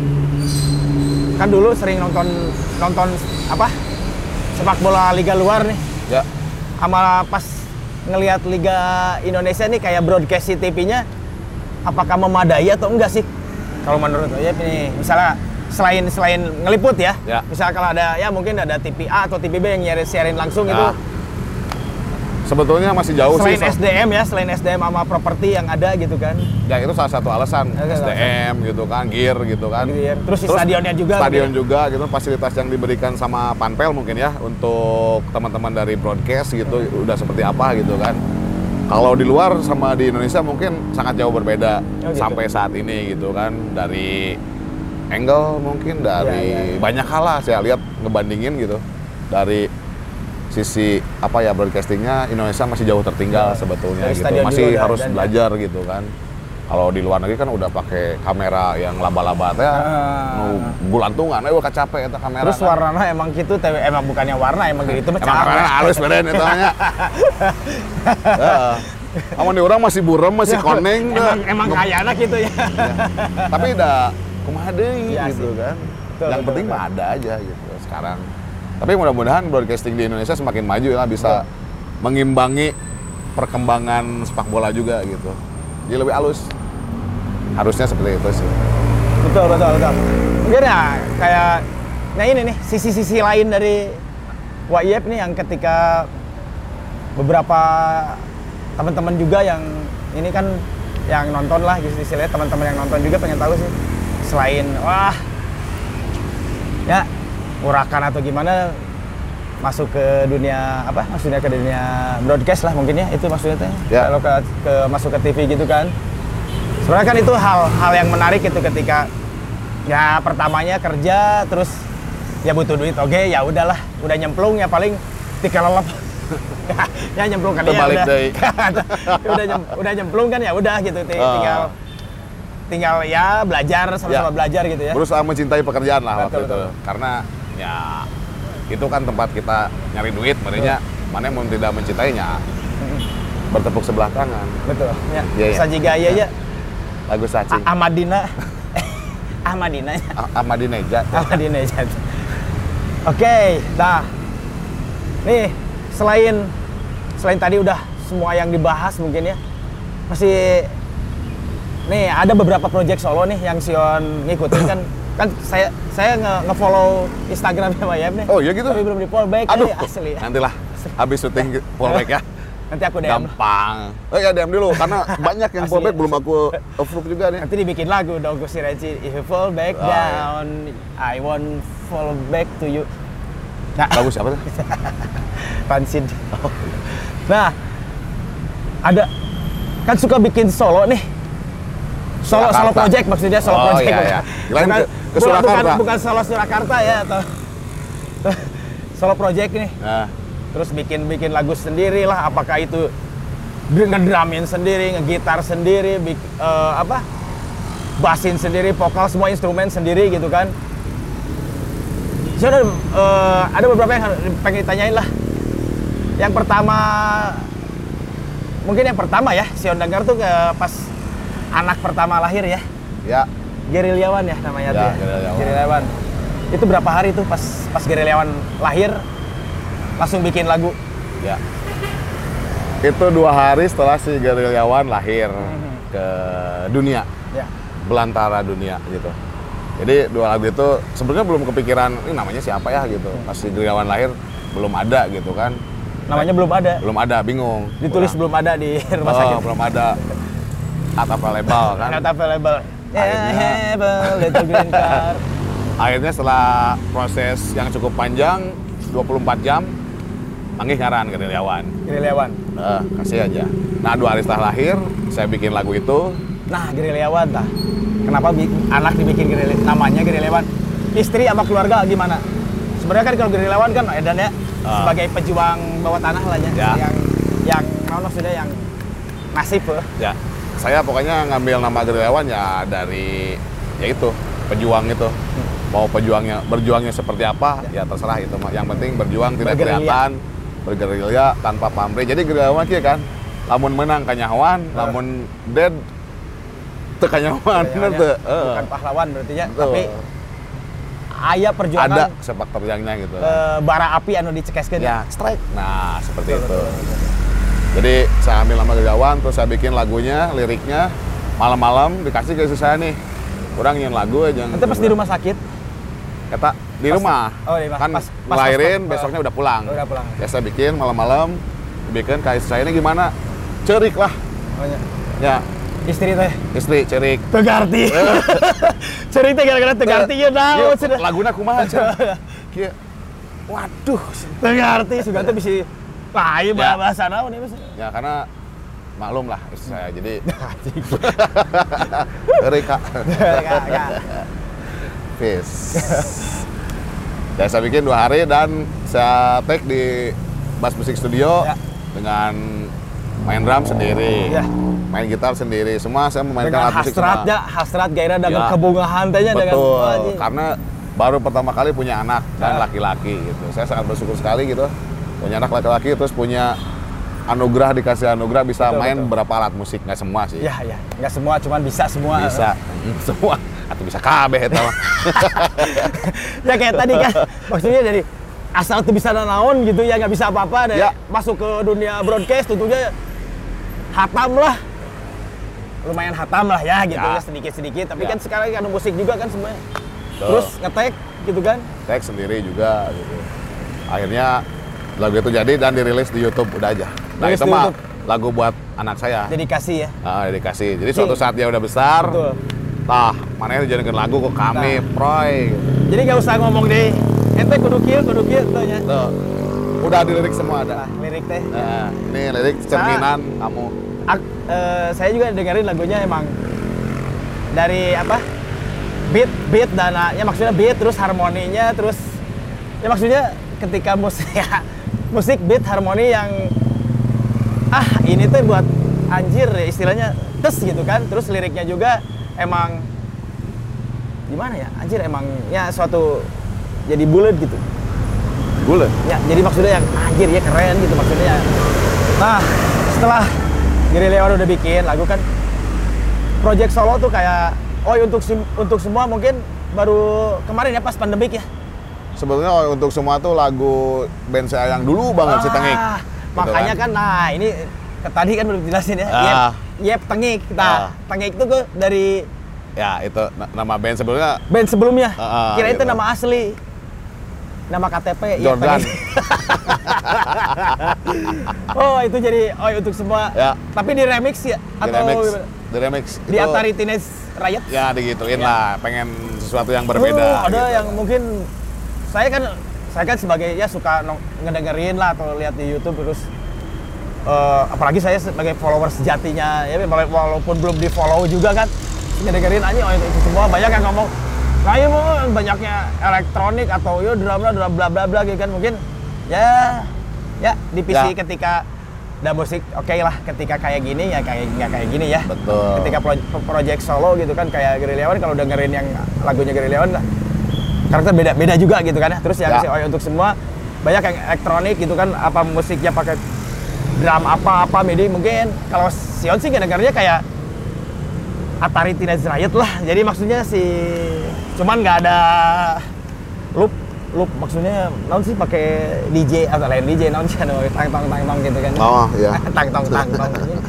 kan dulu sering nonton nonton apa sepak bola liga luar nih Ya. sama pas ngelihat liga Indonesia nih kayak broadcast T V-nya apakah memadai atau enggak sih kalau menurut Wayep nih misalnya selain selain ngeliput ya, Ya. misal kalau ada ya mungkin ada T V A atau T V B yang nyiarin siarin langsung Ya. itu Sebetulnya masih jauh selain sih. S D M ya, selain S D M sama properti yang ada gitu kan. Ya itu salah satu alasan Ya, S D M gitu kan, gear gitu kan. Gear. Terus si stadionnya juga Stadion mungkin. juga gitu, fasilitas yang diberikan sama Panpel mungkin ya untuk teman-teman dari broadcast gitu udah seperti apa gitu kan. Kalau di luar sama di Indonesia mungkin sangat jauh berbeda Oh, gitu. sampai saat ini gitu kan. Dari angle mungkin dari Ya, ya, ya. banyak hal lah saya lihat ngebandingin gitu. Dari sisi apa ya broadcastingnya Indonesia masih jauh tertinggal sebetulnya Dari gitu. stadion Masih juga harus dan- belajar gitu kan. Kalau di luar negeri kan udah pakai kamera yang laba-laba teh, Ah. nu bulantungan, eh udah capek eta kamera. Terus kan. warnanya emang gitu, T V emang bukannya warna emang gitu mah Emang kamera halus beren eta nya. Heeh. Amun di urang masih burem, masih koneng emang dah. emang kayana gitu ya. Tapi udah kumaha deui Iya gitu sih. kan. Betul, Yang betul, penting betul. mah ada aja gitu sekarang. Tapi mudah-mudahan broadcasting di Indonesia semakin maju lah bisa mengimbangi perkembangan sepak bola juga gitu. Jadi lebih halus. Harusnya seperti itu sih. Betul, betul, betul. Mungkin ya kayak nah ini nih sisi-sisi lain dari Wayep nih yang ketika beberapa teman-teman juga yang ini kan yang nonton lah gitu istilahnya teman-teman yang nonton juga pengen tahu sih selain wah ya urakan atau gimana masuk ke dunia apa maksudnya ke dunia broadcast lah mungkin ya itu maksudnya teh Ya. kalau ke, ke masuk ke T V gitu kan sebenarnya kan itu hal-hal yang menarik itu ketika ya pertamanya kerja terus ya butuh duit oke ya udahlah udah nyemplung ya paling tiga lelep ya nyemplung kan ya Terbalik udah deui. udah nyem, udah nyemplung kan ya udah gitu Ti- Ah. tinggal tinggal ya belajar sama-sama Ya. belajar gitu ya Berusaha mencintai pekerjaan lah waktu Betul, itu. betul. Karena ya itu kan tempat kita nyari duit, makanya mana yang mau tidak mencintainya bertepuk sebelah tangan. betul ya Iya, iya. sajiga iya ya Lagu Saci. A- Ahmadina Ahmadina ya Ah- Ahmadineja. Ahmadina ya oke nah nih selain selain tadi udah semua yang dibahas mungkin ya masih nih ada beberapa project solo nih yang Sion ngikutin kan kan saya saya nge- nge-follow Instagramnya Wayep nih Oh iya gitu? tapi belum di follow back Aduh, eh, asli nantilah habis syuting fallback ya. Nanti aku D M. Gampang. Oh ya D M dulu karena banyak yang Asli. fallback belum aku approve juga nih. Nanti dibikin lagu dong si Reci. If you fall back Oh, iya. down, I won't fall back to you. Nah, Lagu siapa tuh? Pansin. Nah, ada kan suka bikin solo nih. Solo Surakarta. solo project maksudnya solo Oh, project. iya, bukan, iya. Kirain bukan, ke- ke bukan, Surakarta. bukan, bukan solo Surakarta ya atau solo project nih. Nah, Terus bikin-bikin lagu sendiri lah, apakah itu ngedramin sendiri, ngegitar sendiri, bik- eh, apa? Bassin sendiri, vokal semua instrumen sendiri gitu kan. So, ada, eh, ada beberapa yang pengen ditanyain lah. Yang pertama, mungkin yang pertama ya, Sion Dengar tuh ke pas anak pertama lahir ya, ya Gerilyawan ya namanya Ya, tuh ya. Gerilyawan. Gerilyawan. Itu berapa hari tuh pas pas Gerilyawan lahir langsung bikin lagu. ya. Itu dua hari setelah si Gerilyawan lahir ke dunia, Ya. belantara dunia gitu. Jadi dua lagu itu sebenarnya belum kepikiran ini namanya siapa ya gitu. Pas si Gerilyawan lahir belum ada gitu kan. Namanya belum ada. Belum ada, bingung. Ditulis Kurang. belum ada di rumah Oh, sakit. belum ada. Not available kan. Not available. Akhirnya- Available, little green car. Akhirnya setelah proses yang cukup panjang dua puluh empat jam panggil ngaran ke Gerilyawan. Gerilyawan. Eh, kasih aja. Nah, dua hari setelah lahir saya bikin lagu itu. Nah, Gerilyawan tah. Kenapa bi- anak dibikin Gerilyawan? Namanya Gerilyawan. Istri sama keluarga gimana? Sebenarnya kan kalau Gerilyawan kan Edan ya Ah. sebagai pejuang bawah tanah lah ya. Ya. Yang yang mau maksudnya yang nasib eh. Ya, saya pokoknya ngambil nama Gerilyawan ya dari ya itu pejuang itu. Mau pejuangnya berjuangnya seperti apa ya terserah itu mah. Yang penting berjuang tidak Bergerilya. kelihatan, bergerilya tanpa pamrih. Jadi Gerilyawan kieu kan, lamun menang kanyawan, lamun dead teu kanyawan, bener Gerilyawannya teu. Heeh. bukan pahlawan berarti ya, Betul. tapi aya perjuangan Ada sepak terjangnya gitu. ke bara api anu dicekeskeun. Ya, strike. Nah, seperti Betul, itu. betul, betul. Jadi saya ambil nama Gerilyawan, terus saya bikin lagunya, liriknya. Malam-malam dikasih ke istri saya nih. Kurang nyian lagu aja. Nanti pas di rumah sakit, Kata di Pas- rumah. oh, di rumah. Kan Pas- pas- ngelahirin, pas- besoknya udah pulang. Oh, udah pulang. Ya saya bikin malam-malam, bikin ke istri saya ini gimana? Cerik lah. oh, ya. Ya, Istri teh istri cerik. Tegarti. Cerita gara-gara Tegarti ya naon sudah. Laguna kumaha cenah. Kieu. Waduh. Tegarti sudah tuh bisa lain Ya. bahasa naon ini Mas. Ya karena maklum lah istri saya. Jadi cerik Kak. Enggak, enggak. Peace. Ya, saya bikin dua hari dan saya take di Bass Music Studio Ya. dengan main drum sendiri, Ya. main gitar sendiri, semua saya memainkan Dengan alat musik hasrat semua. ya, hasrat gairah dengan Ya. kebungahan teh nya dengan Betul, wah, ini. karena baru pertama kali punya anak dan Ya. laki-laki gitu. Saya sangat bersyukur sekali gitu, punya anak laki-laki terus punya anugerah dikasih anugerah bisa Betul, main betul. beberapa alat musik, nggak semua sih. Ya, ya. Enggak semua, cuman bisa semua. Bisa semua atau bisa kabeh eta mah. Ya kayak tadi kan, maksudnya dari asal tuh bisa naon gitu ya, nggak bisa apa-apa deh. Ya. Masuk ke dunia broadcast tentunya hatam lah. Lumayan hatam lah ya gitu Ya. ya, sedikit-sedikit. Tapi Ya. kan sekarang kan musik juga kan semuanya. Betul. Terus ngetek gitu kan. Tag sendiri juga gitu. Akhirnya lagu itu jadi dan dirilis di YouTube udah aja. Nah Rilis itu di mah YouTube. lagu buat anak saya. Dedikasi ya. Ah, dedikasi. Jadi suatu saat dia udah besar, Betul. tah mana dijadikan lagu ke kami, Nah. proy. Jadi nggak usah ngomong deh. Ente kudu kieu, kudu kieu tuh nya. Tuh, udah dilirik semua ada. Nah, lirik teh. Nah, ini lirik cerminan kamu. Ak- eh, saya juga dengerin lagunya emang dari apa beat beat dan ah, ya maksudnya beat terus harmoninya terus ya maksudnya ketika musik ya, musik beat harmoni yang ah ini tuh buat anjir ya istilahnya tes gitu kan terus liriknya juga emang gimana ya anjir emang ya suatu jadi bulat gitu Gula. ya jadi maksudnya yang anjir ya keren gitu maksudnya nah setelah Gerilyawan udah bikin lagu kan project solo tuh kayak oh untuk sim- untuk semua mungkin baru kemarin ya pas pandemik ya Sebetulnya untuk semua tuh lagu band saya yang dulu banget si Tengik. Ah, Gitu makanya kan nah ini tadi kan belum jelasin ya Ah. Yep, Yep Tengik Ah. nah Tengik itu tuh dari Ya itu na- nama band sebelumnya band sebelumnya Ah, ah, kira itu gitu. nama asli nama K T P Yep Jordan. Tengik. Oh, itu jadi oh untuk semua. Ya. Tapi di remix ya Di atau remix, di remix. di Itu- Atari Teenage Riot? Ya digituin Ya. lah, pengen sesuatu yang berbeda. Oh, ada gitu. yang mungkin saya kan saya kan sebagai ya suka nong- ngedengerin lah atau lihat di YouTube terus eh, apalagi saya sebagai follower sejatinya ya walaupun belum di follow juga kan ngedengerin aja oh, itu semua banyak yang ngomong nah ya mau banyaknya elektronik atau yo drama drama bla bla bla gitu kan mungkin ya ya di P C Ya. ketika ada musik oke lah ketika kayak gini ya kayak nggak kayak gini ya. Betul. Ketika pro- project solo gitu kan kayak Gerilyawan kalau dengerin yang lagunya Gerilyawan lah karakter beda beda juga gitu kan. Terus yang Ya. si Oi untuk semua banyak yang elektronik gitu kan apa musiknya pakai drum apa apa midi mungkin kalau Sion sih dengernya kayak Atari Teenage Riot lah. Jadi maksudnya si cuman nggak ada loop loop maksudnya naon sih pakai D J atau lain D J naon sih anu tang tang tang tang gitu kan. Oh iya. tang tang tang tang.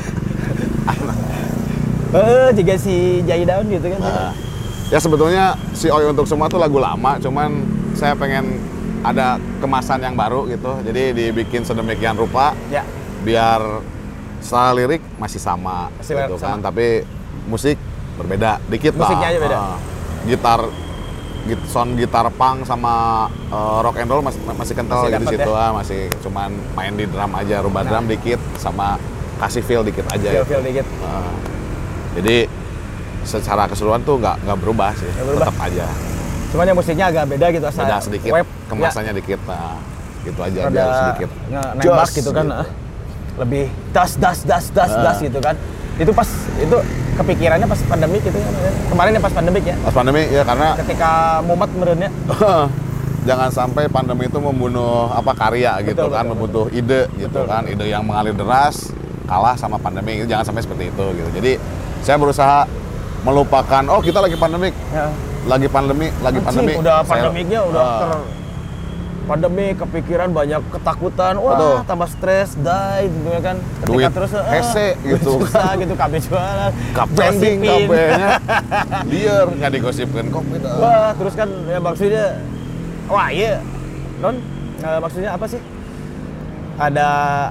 Eh juga si Jai Daun gitu kan. Nah, ya sebetulnya si Oi untuk semua tuh lagu lama, cuman saya pengen ada kemasan yang baru gitu. Jadi dibikin sedemikian rupa Ya. biar secara lirik masih sama Masih gitu sama. kan, tapi musik berbeda dikit lah. Musiknya aja beda. Ah, gitar git, sound gitar punk sama eh, rock and roll masih masih kental Masih gitu di dapet situ ya. ah, masih cuman main di drum aja, rubah Nah. drum dikit sama kasih feel dikit aja. Feel gitu. feel dikit. Ah, jadi secara keseluruhan tuh nggak nggak berubah sih, Nggak berubah. tetap aja. Cuman yang musiknya agak beda gitu asal Beda sedikit, web kemasannya dikit, nah gitu aja ya, biar rada sedikit. nge- nembak Jos, gitu kan. gitu. ah. Lebih das das das das Ah. das gitu kan. Itu pas itu kepikirannya pas pandemi gitu kan. Kemarin ya pas pandemik ya. Pas pandemi ya karena Ketika mumet merenya. jangan sampai pandemi itu membunuh apa karya gitu Betul, kan, betul, membutuh ide gitu Betul. kan, ide yang mengalir deras kalah sama pandemi, jangan sampai seperti itu gitu. Jadi saya berusaha melupakan oh kita lagi pandemik, Ya. lagi pandemi, lagi Anjing, pandemi. udah Saya- pandemiknya udah Ah, ter pandemi kepikiran banyak ketakutan wah Betul. tambah stres die gitu ya kan ketika Duit terus eh, hese gitu. susah gitu kabeh jualan Kapending gosipin. kabehnya liar nggak digosipin covid. ah. wah terus kan ya maksudnya wah iya non eh, maksudnya apa sih ada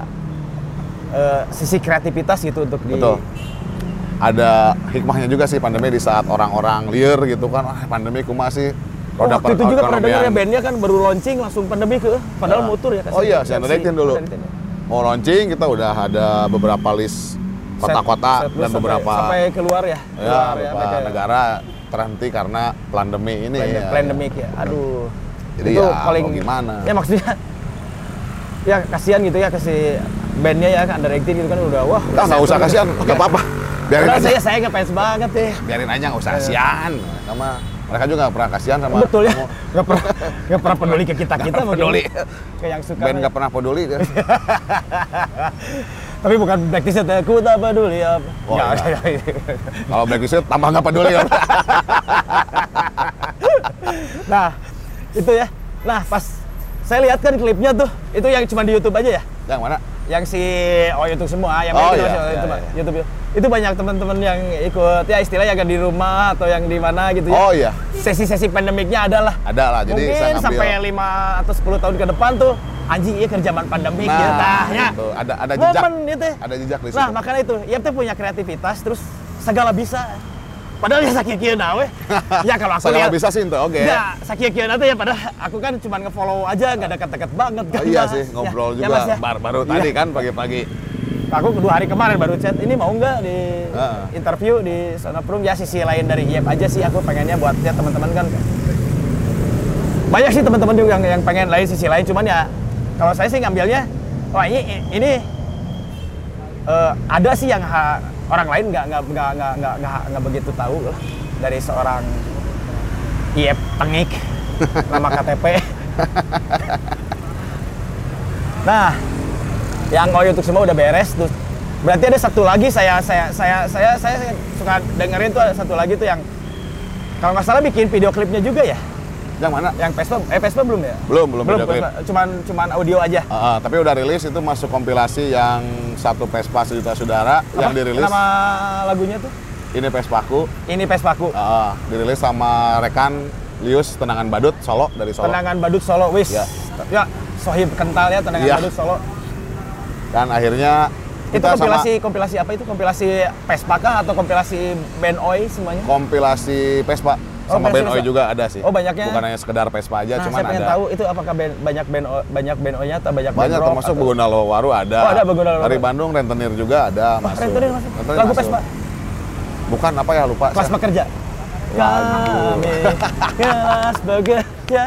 eh, sisi kreativitas gitu untuk di Betul. Ada hikmahnya juga sih pandemi di saat orang-orang liar gitu kan, ah pandemi kumaha sih. Oh, Roda waktu itu juga pernah dengar ya perekonomian. bandnya kan baru launching langsung pandemi ke padahal Ya. mutur ya Oh iya, saya si- ngedekin dulu. Ngedekin ya. Mau launching kita udah ada beberapa list kota-kota Set- set dan list beberapa sampai, sampai keluar ya, ya, keluar beberapa mereka. negara terhenti karena pandemi ini Pandem- ya. pandemic ya. Aduh. Jadi itu ya, paling mau gimana? Ya maksudnya ya kasihan gitu ya ke si bandnya ya kan directing gitu kan udah wah. Nah, nggak usah kasihan, nggak apa-apa. Biarin Karena aja, saya saya ngefans banget deh. biarin aja nggak usah kasihan. Sama mereka juga nggak pernah kasihan sama Betul ya. kamu. Nggak pernah nggak pernah peduli ke kita kita Nggak peduli. Kayak yang suka. Band nggak pernah peduli dia. Tapi bukan Blacklist ya, aku tak peduli ya. Oh, Ya, iya. ya, ya. Kalau Blacklist tambah nggak peduli ya. Nah, itu ya. Nah, pas saya lihat kan klipnya tuh, itu yang cuma di YouTube aja ya. Yang mana? Yang si oh YouTube semua, yang Oh, itu iya, masih iya, YouTube, iya. YouTube itu banyak teman-teman yang ikut ya istilahnya yang di rumah atau yang di mana gitu ya. Oh iya, Sesi-sesi pandemiknya ada lah. ada lah. Jadi Mungkin saya ngambil. sampai lima atau sepuluh tahun ke depan tuh anjing iya kerjaan pandemik Nah, ya tah ya. gitu. Ada ada jejak. Momen itu. Ada jejak di situ. Nah, makanya itu, ia tuh punya kreativitas terus segala bisa. Padahal ya sakit kieu nawe. Ya kalau aku Saya lihat bisa sih itu, oke. ya sakit kieu nanti ya padahal aku kan cuma nge-follow aja enggak dekat-dekat banget kan. Oh, iya Mas. sih, Ya, ngobrol ya, juga Mas, ya. bar- baru Iya. tadi kan pagi-pagi. Aku dua hari kemarin baru chat, ini mau nggak di Heeh. interview di Sonaprum? Ya sisi lain dari I E P aja sih, aku pengennya buat ya teman-teman kan. Banyak sih teman-teman juga yang, yang pengen lain sisi lain, cuman ya kalau saya sih ngambilnya, wah ini ini eh, ada sih yang ha- orang lain nggak nggak nggak nggak nggak nggak nggak begitu tahu lah dari seorang I E P Tengik nama K T P. Nah, yang mau YouTube semua udah beres tuh. Berarti ada satu lagi saya saya saya saya saya suka dengerin tuh ada satu lagi tuh yang kalau nggak salah bikin video klipnya juga ya. Yang mana? Yang Vespa eh Vespa belum ya? Belum, belum video klip. Vespa. Cuman cuman audio aja. Ah, ah, tapi udah rilis itu masuk kompilasi yang satu Vespa sejuta saudara yang Apa dirilis. Nama lagunya tuh? Ini Vespaku. Ini Vespaku. Ah, ah, dirilis sama rekan Lius Tenangan Badut Solo dari Solo. Tenangan Badut Solo wis. Ya. Ya, sohib kental ya tendangan Iya. badut Solo. Dan akhirnya Itu kita kompilasi sama kompilasi apa itu? Kompilasi Vespa kah atau kompilasi band Oi semuanya? kompilasi Vespa Oh, sama kompilasi band Oi Vespa. juga ada sih. Oh, banyaknya? Bukan hanya sekedar Vespa aja, Nah, cuman saya pengen ada. tahu itu apakah band, banyak band O- banyak band O-nya atau banyak, Banyak band rock termasuk atau- Beguna Lowaru ada. Oh, ada Beguna Lowaru. Dari Bandung Rentenir juga ada masuk. Rentenir masuk. Rentenir Lagu masuk. Vespa. Bukan apa ya lupa. Kelas saya. bekerja. Waduh. Kami kelas bekerja.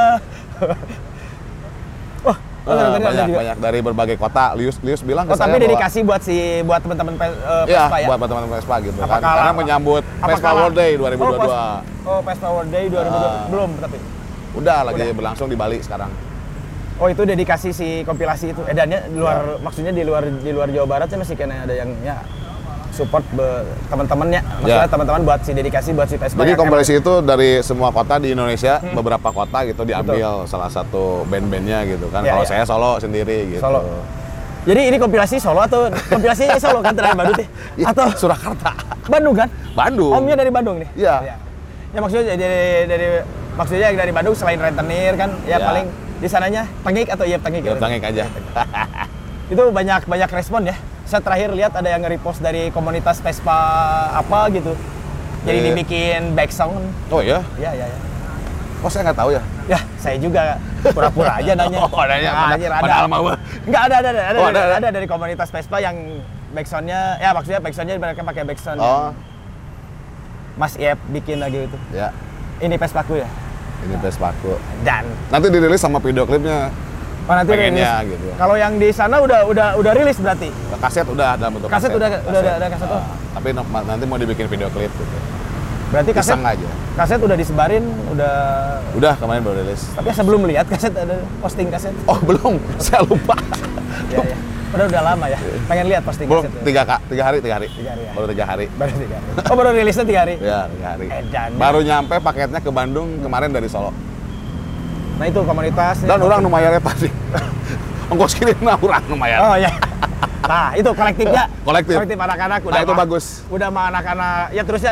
Oh, Eh, oh, Rentenir ada banyak juga. banyak dari berbagai kota. Lius Lius bilang ke Oh, saya tapi bahwa- dedikasi buat si buat teman-teman pe- eh, Iya, Vespa ya. buat teman-teman Vespa gitu kan. Apakah- Karena menyambut apakah- Vespa World Day dua ribu dua puluh dua. Oh, oh, Vespa World Day dua ribu dua puluh dua. Ah. Belum tapi. Udah lagi Udah. berlangsung di Bali sekarang. Oh, itu dedikasi si kompilasi itu. Edannya di luar maksudnya di luar di luar Jawa Barat sih masih kena ada yang ya support be- teman-temannya. Maksudnya Ya. teman-teman buat si dedikasi buat si Vespa. Jadi yang kompilasi itu dari semua kota di Indonesia, Hmm. beberapa kota gitu diambil salah satu band-bandnya gitu kan. Ya, Kalau ya. saya solo sendiri gitu. Solo. Jadi ini kompilasi Solo atau kompilasinya Solo kan terakhir Badut ya? Ya, Atau Surakarta. Bandung kan? Bandung. Omnya dari Bandung nih? Iya. Ya, ya maksudnya dari, dari maksudnya dari Bandung selain Rentenir kan ya, Ya. paling di sananya Tengik atau iya Tengik Ya, gitu. tangik aja. Itu banyak banyak respon ya. Saya terakhir lihat ada yang nge-repost dari komunitas Vespa apa gitu. Jadi Eh. dibikin back sound. Oh ya? Ya ya ya. Oh saya nggak tahu ya. Ya, saya juga pura-pura aja nanya. Oh, nanya. Nah, Pada- anjir, ada. padahal mah. Enggak ada ada ada ada, Oh, ada, ada, ada. ada dari komunitas Vespa yang backsoundnya ya maksudnya backsoundnya mereka pakai backsound Oh, Mas Iep bikin lagi itu. ya. Ini Vespaku ya. Ini Vespaku. Dan Nanti dirilis sama video klipnya. oh, nanti Pengennya rilis. gitu. Kalau yang di sana udah udah udah rilis berarti. Kaset udah dalam bentuk Kaset udah- udah ada- ada kaset, oh. Ah, tapi no- nanti mau dibikin video klip gitu. Berarti kaset Iseng aja. kaset udah disebarin, udah Udah kemarin baru rilis. tapi sebelum lihat kaset ada posting kaset. Oh belum, saya lupa. Ya, ya. Padahal udah lama ya. Pengen lihat posting Belum kaset. tiga kak, tiga hari, tiga hari. Tiga hari ya? Baru tiga hari. Baru tiga hari. Oh, baru rilisnya tiga hari. Ya, tiga hari. Edan. Baru nyampe paketnya ke Bandung kemarin dari Solo. Nah, itu komunitas. Dan orang numayarnya tadi. Ongkos kirimnya orang numayar. Oh ya. Nah, itu kolektifnya. Kolektif. Kolektif anak-anak udah Nah, itu mah- bagus. Udah mah anak-anak ya terusnya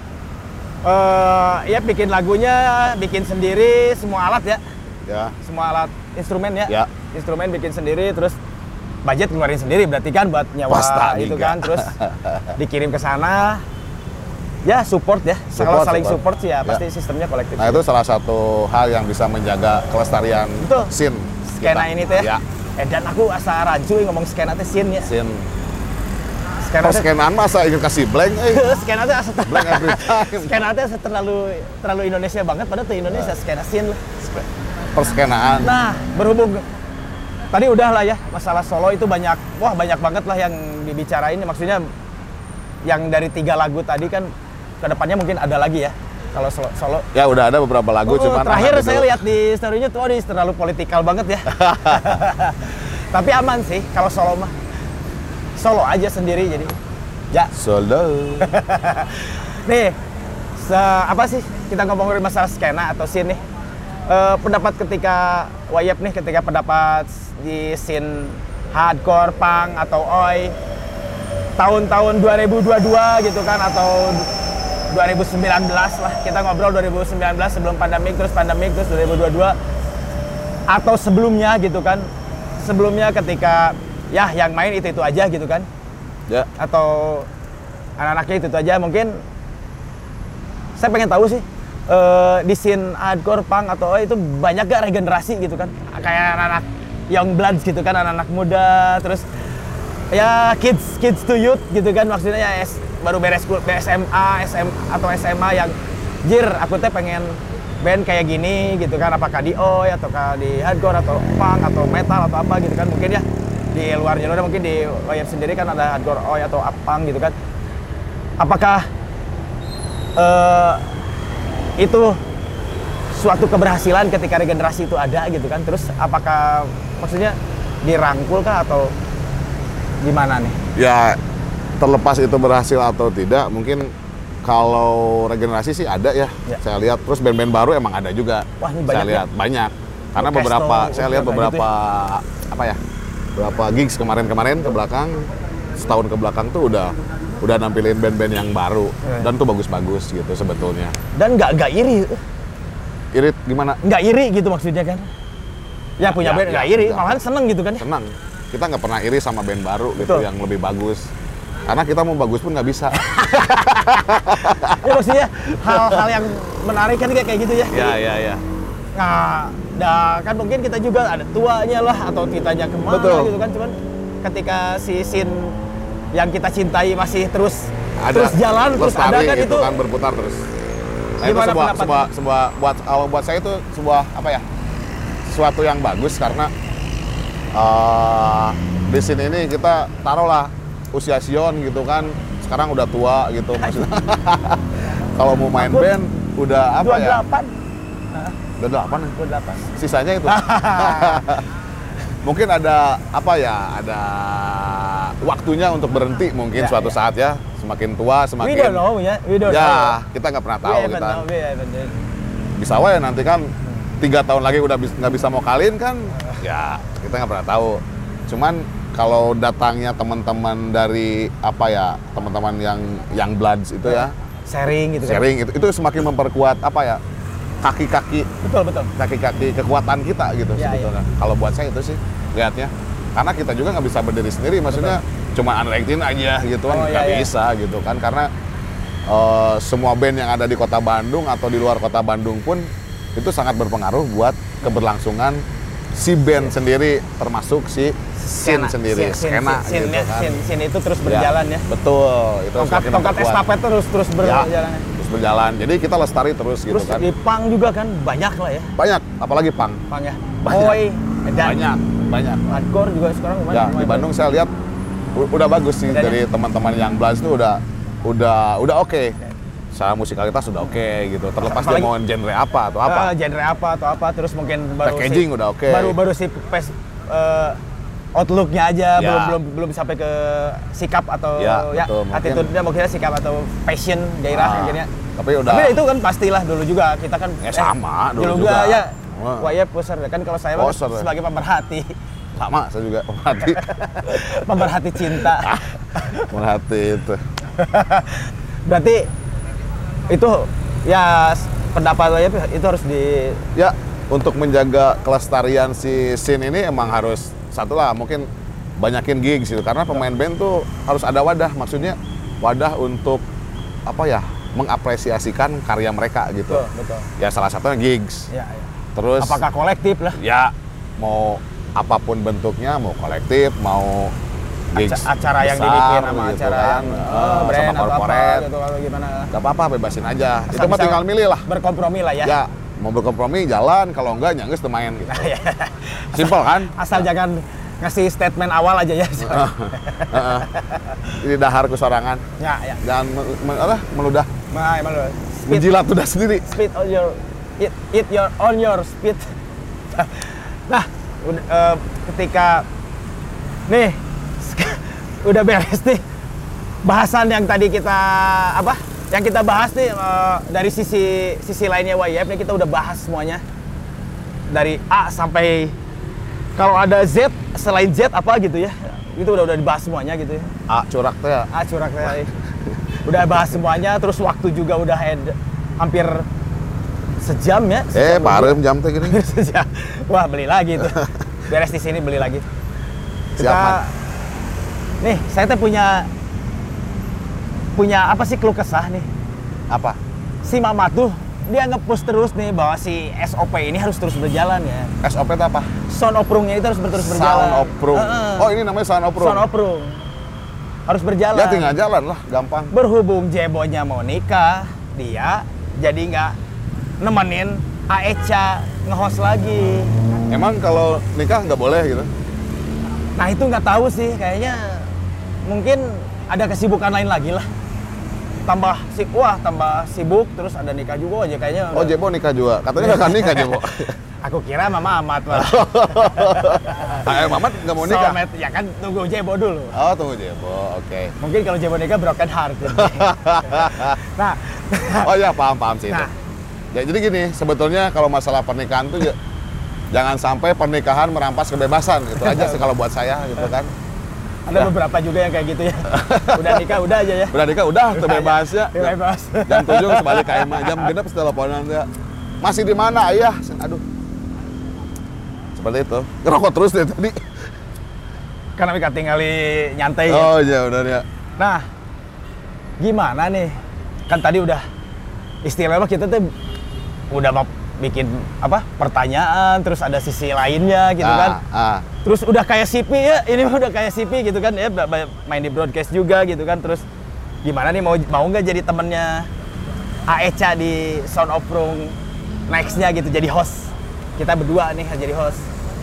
eh ya bikin lagunya, bikin sendiri semua alat ya. Ya. Semua alat instrumen ya. Ya. Instrumen bikin sendiri terus budget keluarin sendiri berarti kan buat nyawa Pasta itu juga. kan terus dikirim ke sana. Ya support ya. Kalau Support, saling support. support sih ya, Ya. pasti sistemnya kolektif. Nah itu salah satu hal yang bisa menjaga kelestarian Betul. scene skena kita. ini tuh ya. Ya, Eh dan aku asa rancu ngomong skena teh scene ya. scene. Skena teh Perskenaan masa ingin kasih blank, eh. skena teh asa Blank every time. skena teh asa terlalu terlalu Indonesia banget padahal tuh Indonesia skena scene lah. Perskenaan. Nah, berhubung tadi udah lah ya masalah Solo itu banyak wah banyak banget lah yang dibicarain maksudnya yang dari tiga lagu tadi kan kedepannya mungkin ada lagi ya kalau Solo, Solo. Ya udah ada beberapa lagu Oh, cuman terakhir anak saya itu- lihat di story-nya tuh, aduh, terlalu politikal banget ya. Tapi aman sih kalau Solo mah. Solo aja sendiri jadi. Ya, Solo. nih, se- apa sih kita ngomongin masalah skena atau scene nih? Eh, pendapat ketika Wayep nih, ketika pendapat di scene hardcore, punk atau oi tahun-tahun dua ribu dua puluh dua gitu kan atau dua ribu sembilan belas lah, kita ngobrol dua ribu sembilan belas sebelum pandemik, terus pandemik, terus dua ribu dua puluh dua atau sebelumnya gitu kan, sebelumnya ketika ya yang main itu-itu aja gitu kan, Ya. atau anak-anaknya itu aja mungkin. Saya pengen tahu sih eh, di scene hardcore punk atau itu banyak gak regenerasi gitu kan, kayak anak-anak young bloods gitu kan, anak-anak muda terus ya kids kids to youth gitu kan, maksudnya ya S, baru beres kul- S M A S M atau S M A yang jir aku teh pengen band kayak gini gitu kan, apakah di oi atau di hardcore atau punk atau metal atau apa gitu kan, mungkin ya di luar jalur mungkin di Wayep sendiri kan ada hardcore oi atau punk gitu kan, apakah eh, itu suatu keberhasilan ketika regenerasi itu ada gitu kan, terus apakah maksudnya dirangkul kah atau gimana nih? Ya terlepas itu berhasil atau tidak, mungkin kalau regenerasi sih ada ya. Ya. Saya lihat terus band-band baru emang ada juga. Wah, ini saya banyak ya? lihat banyak. Karena Orkesto, beberapa saya lihat kayak beberapa apa ya? Beberapa gigs kemarin-kemarin ke belakang, setahun ke belakang tuh udah udah nampilin band-band yang baru Ya. dan tuh bagus-bagus gitu sebetulnya. Dan nggak nggak iri, Irit gimana? nggak iri gitu maksudnya kan? yang punya Ya, band ya, nggak iri, ya. malahan seneng gitu kan ya. Senang. Kita nggak pernah iri sama band baru gitu Betul. yang lebih bagus. Karena kita mau bagus pun nggak bisa. Ya maksudnya hal-hal yang menarik kan kayak kayak gitu ya. Ya, ya, ya. Nah, dah, kan mungkin kita juga ada tuanya lah atau kitanya kemana Betul. gitu kan, cuman ketika si scene yang kita cintai masih terus Ada terus jalan terus lestari ada kan gitu itu kan berputar terus. Nah, itu Gimana sebuah, pendapat? sebuah, sebuah buat kalau buat saya itu sebuah apa ya? Sesuatu yang bagus karena uh, di sini ini kita taruhlah usia Sion gitu kan sekarang udah tua gitu maksudnya. Kalau mau main Aku band udah apa dua ya? delapan Udah delapan. ya? dua delapan Sisanya itu. Mungkin ada apa ya? Ada waktunya untuk berhenti mungkin Ya, suatu ya. saat ya. Semakin tua We semakin don't know ya, we don't know. ya kita nggak pernah tahu We haven't kita. know, we haven't know. Bisa wae nanti kan tiga tahun lagi udah bis- nggak bisa mau kawin kan? Ya kita nggak pernah tahu. Cuman kalau datangnya teman-teman dari apa ya teman-teman yang yang bloods itu ya Sharing gitu kan. sharing itu itu semakin memperkuat apa ya kaki-kaki Betul, betul. kaki-kaki kekuatan kita gitu Ya, sebetulnya. Kalau buat saya itu sih lihatnya, karena kita juga nggak bisa berdiri sendiri, maksudnya cuma unranked aja gitu kan Oh, nggak iya, iya. bisa gitu kan, karena eh, semua band yang ada di kota Bandung atau di luar kota Bandung pun itu sangat berpengaruh buat keberlangsungan si band sendiri, termasuk si scene sendiri, scene, skena scene, gitu scene, kan. scene, scene itu terus berjalan ya. Betul, itu Tongkat, semakin tongkat memperkuat. estafet terus terus Ya, berjalan. ya. terus berjalan. Jadi kita lestari terus gitu Terus kan. di punk juga kan banyak lah ya, Banyak, apalagi punk. punk ya. Banyak. Oi, dan Banyak, banyak. hardcore juga sekarang lumayan. Ya, di lumayan. Bandung saya lihat u- udah bagus sih Udah, dari teman-teman yang Blast itu udah udah udah oke. Secara musikalitas udah oke gitu. Terlepas dia Apalagi- mau genre apa atau apa. Ah, genre apa atau apa, terus mungkin baru Packaging si, udah oke. Baru baru si pes, eh, outlooknya aja Ya. belum belum belum sampai ke sikap atau Ya, ya, betul, mungkin. attitude-nya mungkin sikap atau passion gairah Ah, akhirnya. tapi udah Tapi itu kan pastilah dulu juga kita kan Ya, sama, dulu juga, juga. ya. Wah. Wah ya poser kan kalau saya mah Poser, ya. sebagai pemerhati sama saya juga pemerhati. pemerhati cinta. Pemerhati itu. Berarti itu ya pendapat saya itu harus di Ya, untuk menjaga kelestarian si scene ini emang harus satu lah mungkin banyakin gigs gitu karena pemain band tuh harus ada wadah, maksudnya wadah untuk apa ya mengapresiasikan karya mereka gitu. betul, betul. Ya salah satunya gigs. Ya, ya. Terus Apakah kolektif lah? ya mau apapun bentuknya, mau kolektif, mau gigs Aca- acara yang besar, dibikin sama gitu acara kan, yang eh, eh, brand sama atau apa corporate. gitu atau gimana. Gak apa-apa, bebasin aja. Asal Itu mah bisa tinggal milih lah. Berkompromi lah ya. Ya, mau berkompromi jalan, kalau enggak nyangges tuh main gitu. Ya. Simpel kan? Asal jangan ngasih statement awal aja ya. Heeh. Ini dahar kesorangan. ya, ya. Jangan me- me- apa, meludah, Nah, emang lu speed, menjilat udah sendiri. speed on your eat, eat your on your speed. Nah, udah, eh, ketika nih udah beres nih bahasan yang tadi kita apa? Yang kita bahas nih eh, dari sisi sisi lainnya Y F nih kita udah bahas semuanya dari A sampai kalau ada Z selain Z apa gitu ya itu udah udah dibahas semuanya gitu ya. Ah, curak tuh ya. Ah curang saya. Udah bahas semuanya terus waktu juga udah head, hampir sejam ya. Eh, sejam parem jam teh gini. lebih. Sejam. Wah beli lagi tuh. Beres di sini beli lagi. Siap, Man. Nih saya teh punya punya apa sih keluh kesah nih. Apa? Si Mama tuh dia nge-push terus nih bahwa si S O P ini harus terus berjalan ya. S O P itu apa? Sound oprungnya itu harus terus berjalan. Sound Oprum. Heeh. Oh, ini namanya Sound Oprum. Sound oprung. Harus berjalan. Ya tinggal jalan lah, gampang. Berhubung Jebonya mau nikah, dia jadi nggak nemenin Aecha nge-host lagi. Emang kalau nikah nggak boleh gitu? Nah itu nggak tahu sih, kayaknya mungkin ada kesibukan lain lagi lah. Tambah si, wah tambah sibuk, terus ada nikah juga aja kayaknya. Oh, udah- Jebo nikah juga. Katanya nggak akan nikah, Jebo. Aku kira Mama Amat lah. Ah, eh, Mamat nggak mau nikah? Soulmate, ya kan tunggu Jebo dulu. Oh, tunggu Jebo. Oke. Mungkin kalau Jebo nikah broken heart. Nah, Oh ya, paham paham sih itu. Nah. Ya jadi gini, sebetulnya kalau masalah pernikahan tuh ya, jangan sampai pernikahan merampas kebebasan. Itu aja sih kalau buat saya gitu kan. ada Ya. beberapa juga yang kayak gitu ya. Udah nikah udah aja ya. Udah nikah udah terbebas ya. Bebas. Jam tujuh sebalik K M A, jam genep teleponan ya. Masih di mana ayah? Aduh. seperti itu. Ngerokok terus deh tadi. Karena mereka tinggali nyantai ya. Oh iya benar ya. Nah, gimana nih? Kan tadi udah istilahnya kita tuh udah mau bikin apa pertanyaan, terus ada sisi lainnya gitu ah, kan. Ah. Terus udah kayak C P ya, ini mah udah kayak C P gitu kan ya, main di broadcast juga gitu kan. Terus gimana nih mau mau nggak jadi temennya Aeca di Sound of Prung next-nya gitu, jadi host. Kita berdua nih jadi host.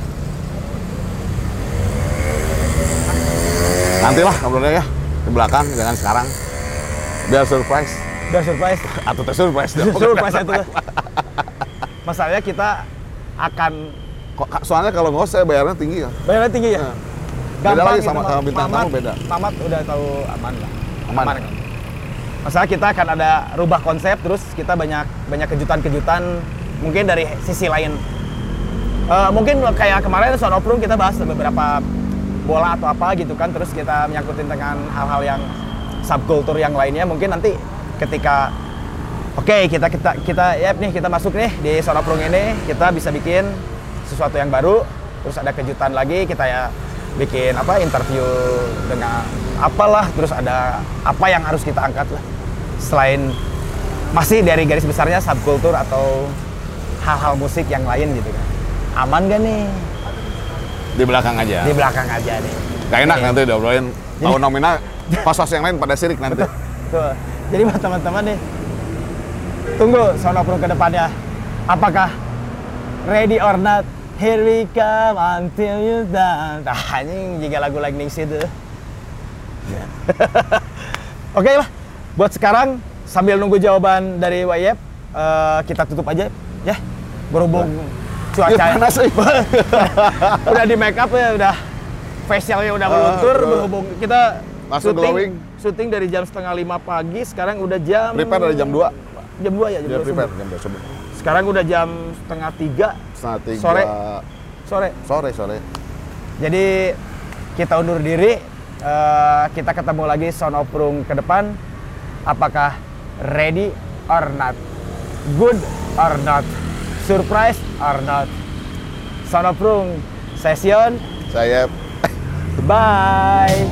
Nantilah ngobrolnya ya di belakang, jangan sekarang. Biar surprise. Biar surprise. Atau tersurprise dong. Surprise itu. Masalahnya kita akan kok soalnya kalau nggak saya bayarnya tinggi ya. Bayarnya tinggi ya? Nah. Beda lagi sama, gitu, sama bintang tamu beda. Mamat udah tahu aman lah. Aman. Aman kan? Masalah kita akan ada rubah konsep, terus kita banyak banyak kejutan-kejutan mungkin dari sisi lain. Uh, mungkin kayak kemarin Sound of Prung kita bahas beberapa bola atau apa gitu kan, terus kita menyangkutin dengan hal-hal yang subkultur yang lainnya. Mungkin nanti ketika oke okay, kita kita kita ya nih kita masuk nih di Sound of Prung ini, kita bisa bikin sesuatu yang baru, terus ada kejutan lagi, kita ya bikin apa interview dengan apalah, terus ada apa yang harus kita angkat lah selain masih dari garis besarnya subkultur atau hal-hal musik yang lain gitu kan. Aman gak nih? Di belakang aja. Di belakang aja nih. Gak enak Nih. nanti diobrolin. Tahu nominal, pas-pas yang lain pada sirik nanti. Tuh. Jadi buat teman-teman nih, tunggu Sound of Prung ke depannya. Apakah ready or not? Here we come until you down. Nah, anjing jika lagu like Ningsih tuh. Oke lah, buat sekarang sambil nunggu jawaban dari Wayep, uh, kita tutup aja ya. Berhubung cuaca Ya, panas, eh. udah di make up ya, udah facialnya udah Ah, meluntur. uh, Berhubung kita langsung syuting, glowing. syuting dari jam setengah lima pagi, sekarang udah jam Prepare dari jam dua. Jam dua ya, jam Dia dua prepare subuh. jam dua subuh. Sekarang udah jam setengah tiga Setengah tiga. Sore. sore. Sore, sore. Jadi kita undur diri, eh, kita ketemu lagi Sound of Prung ke depan. Apakah ready or not? Good or not? Surprise or not? Sound of Prung session. Saya Bye.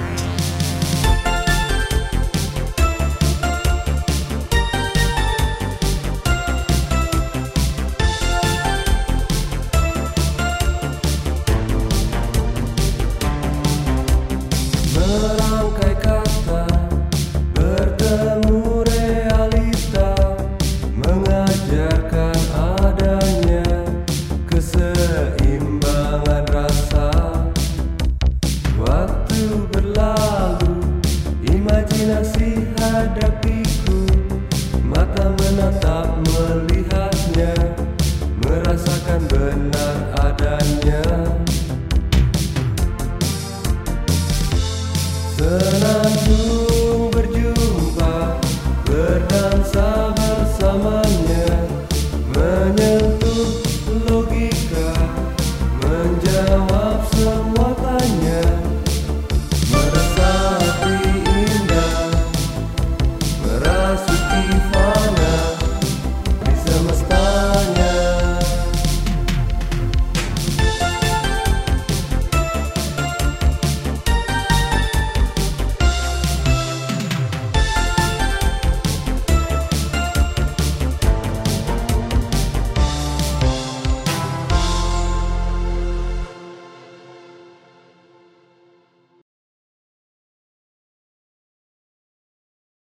Merangkai kata, bertemu realita, mengajarkan adanya keseimbangan rasa. Waktu berlalu, imajinasi hadapiku, mata menatap melihat.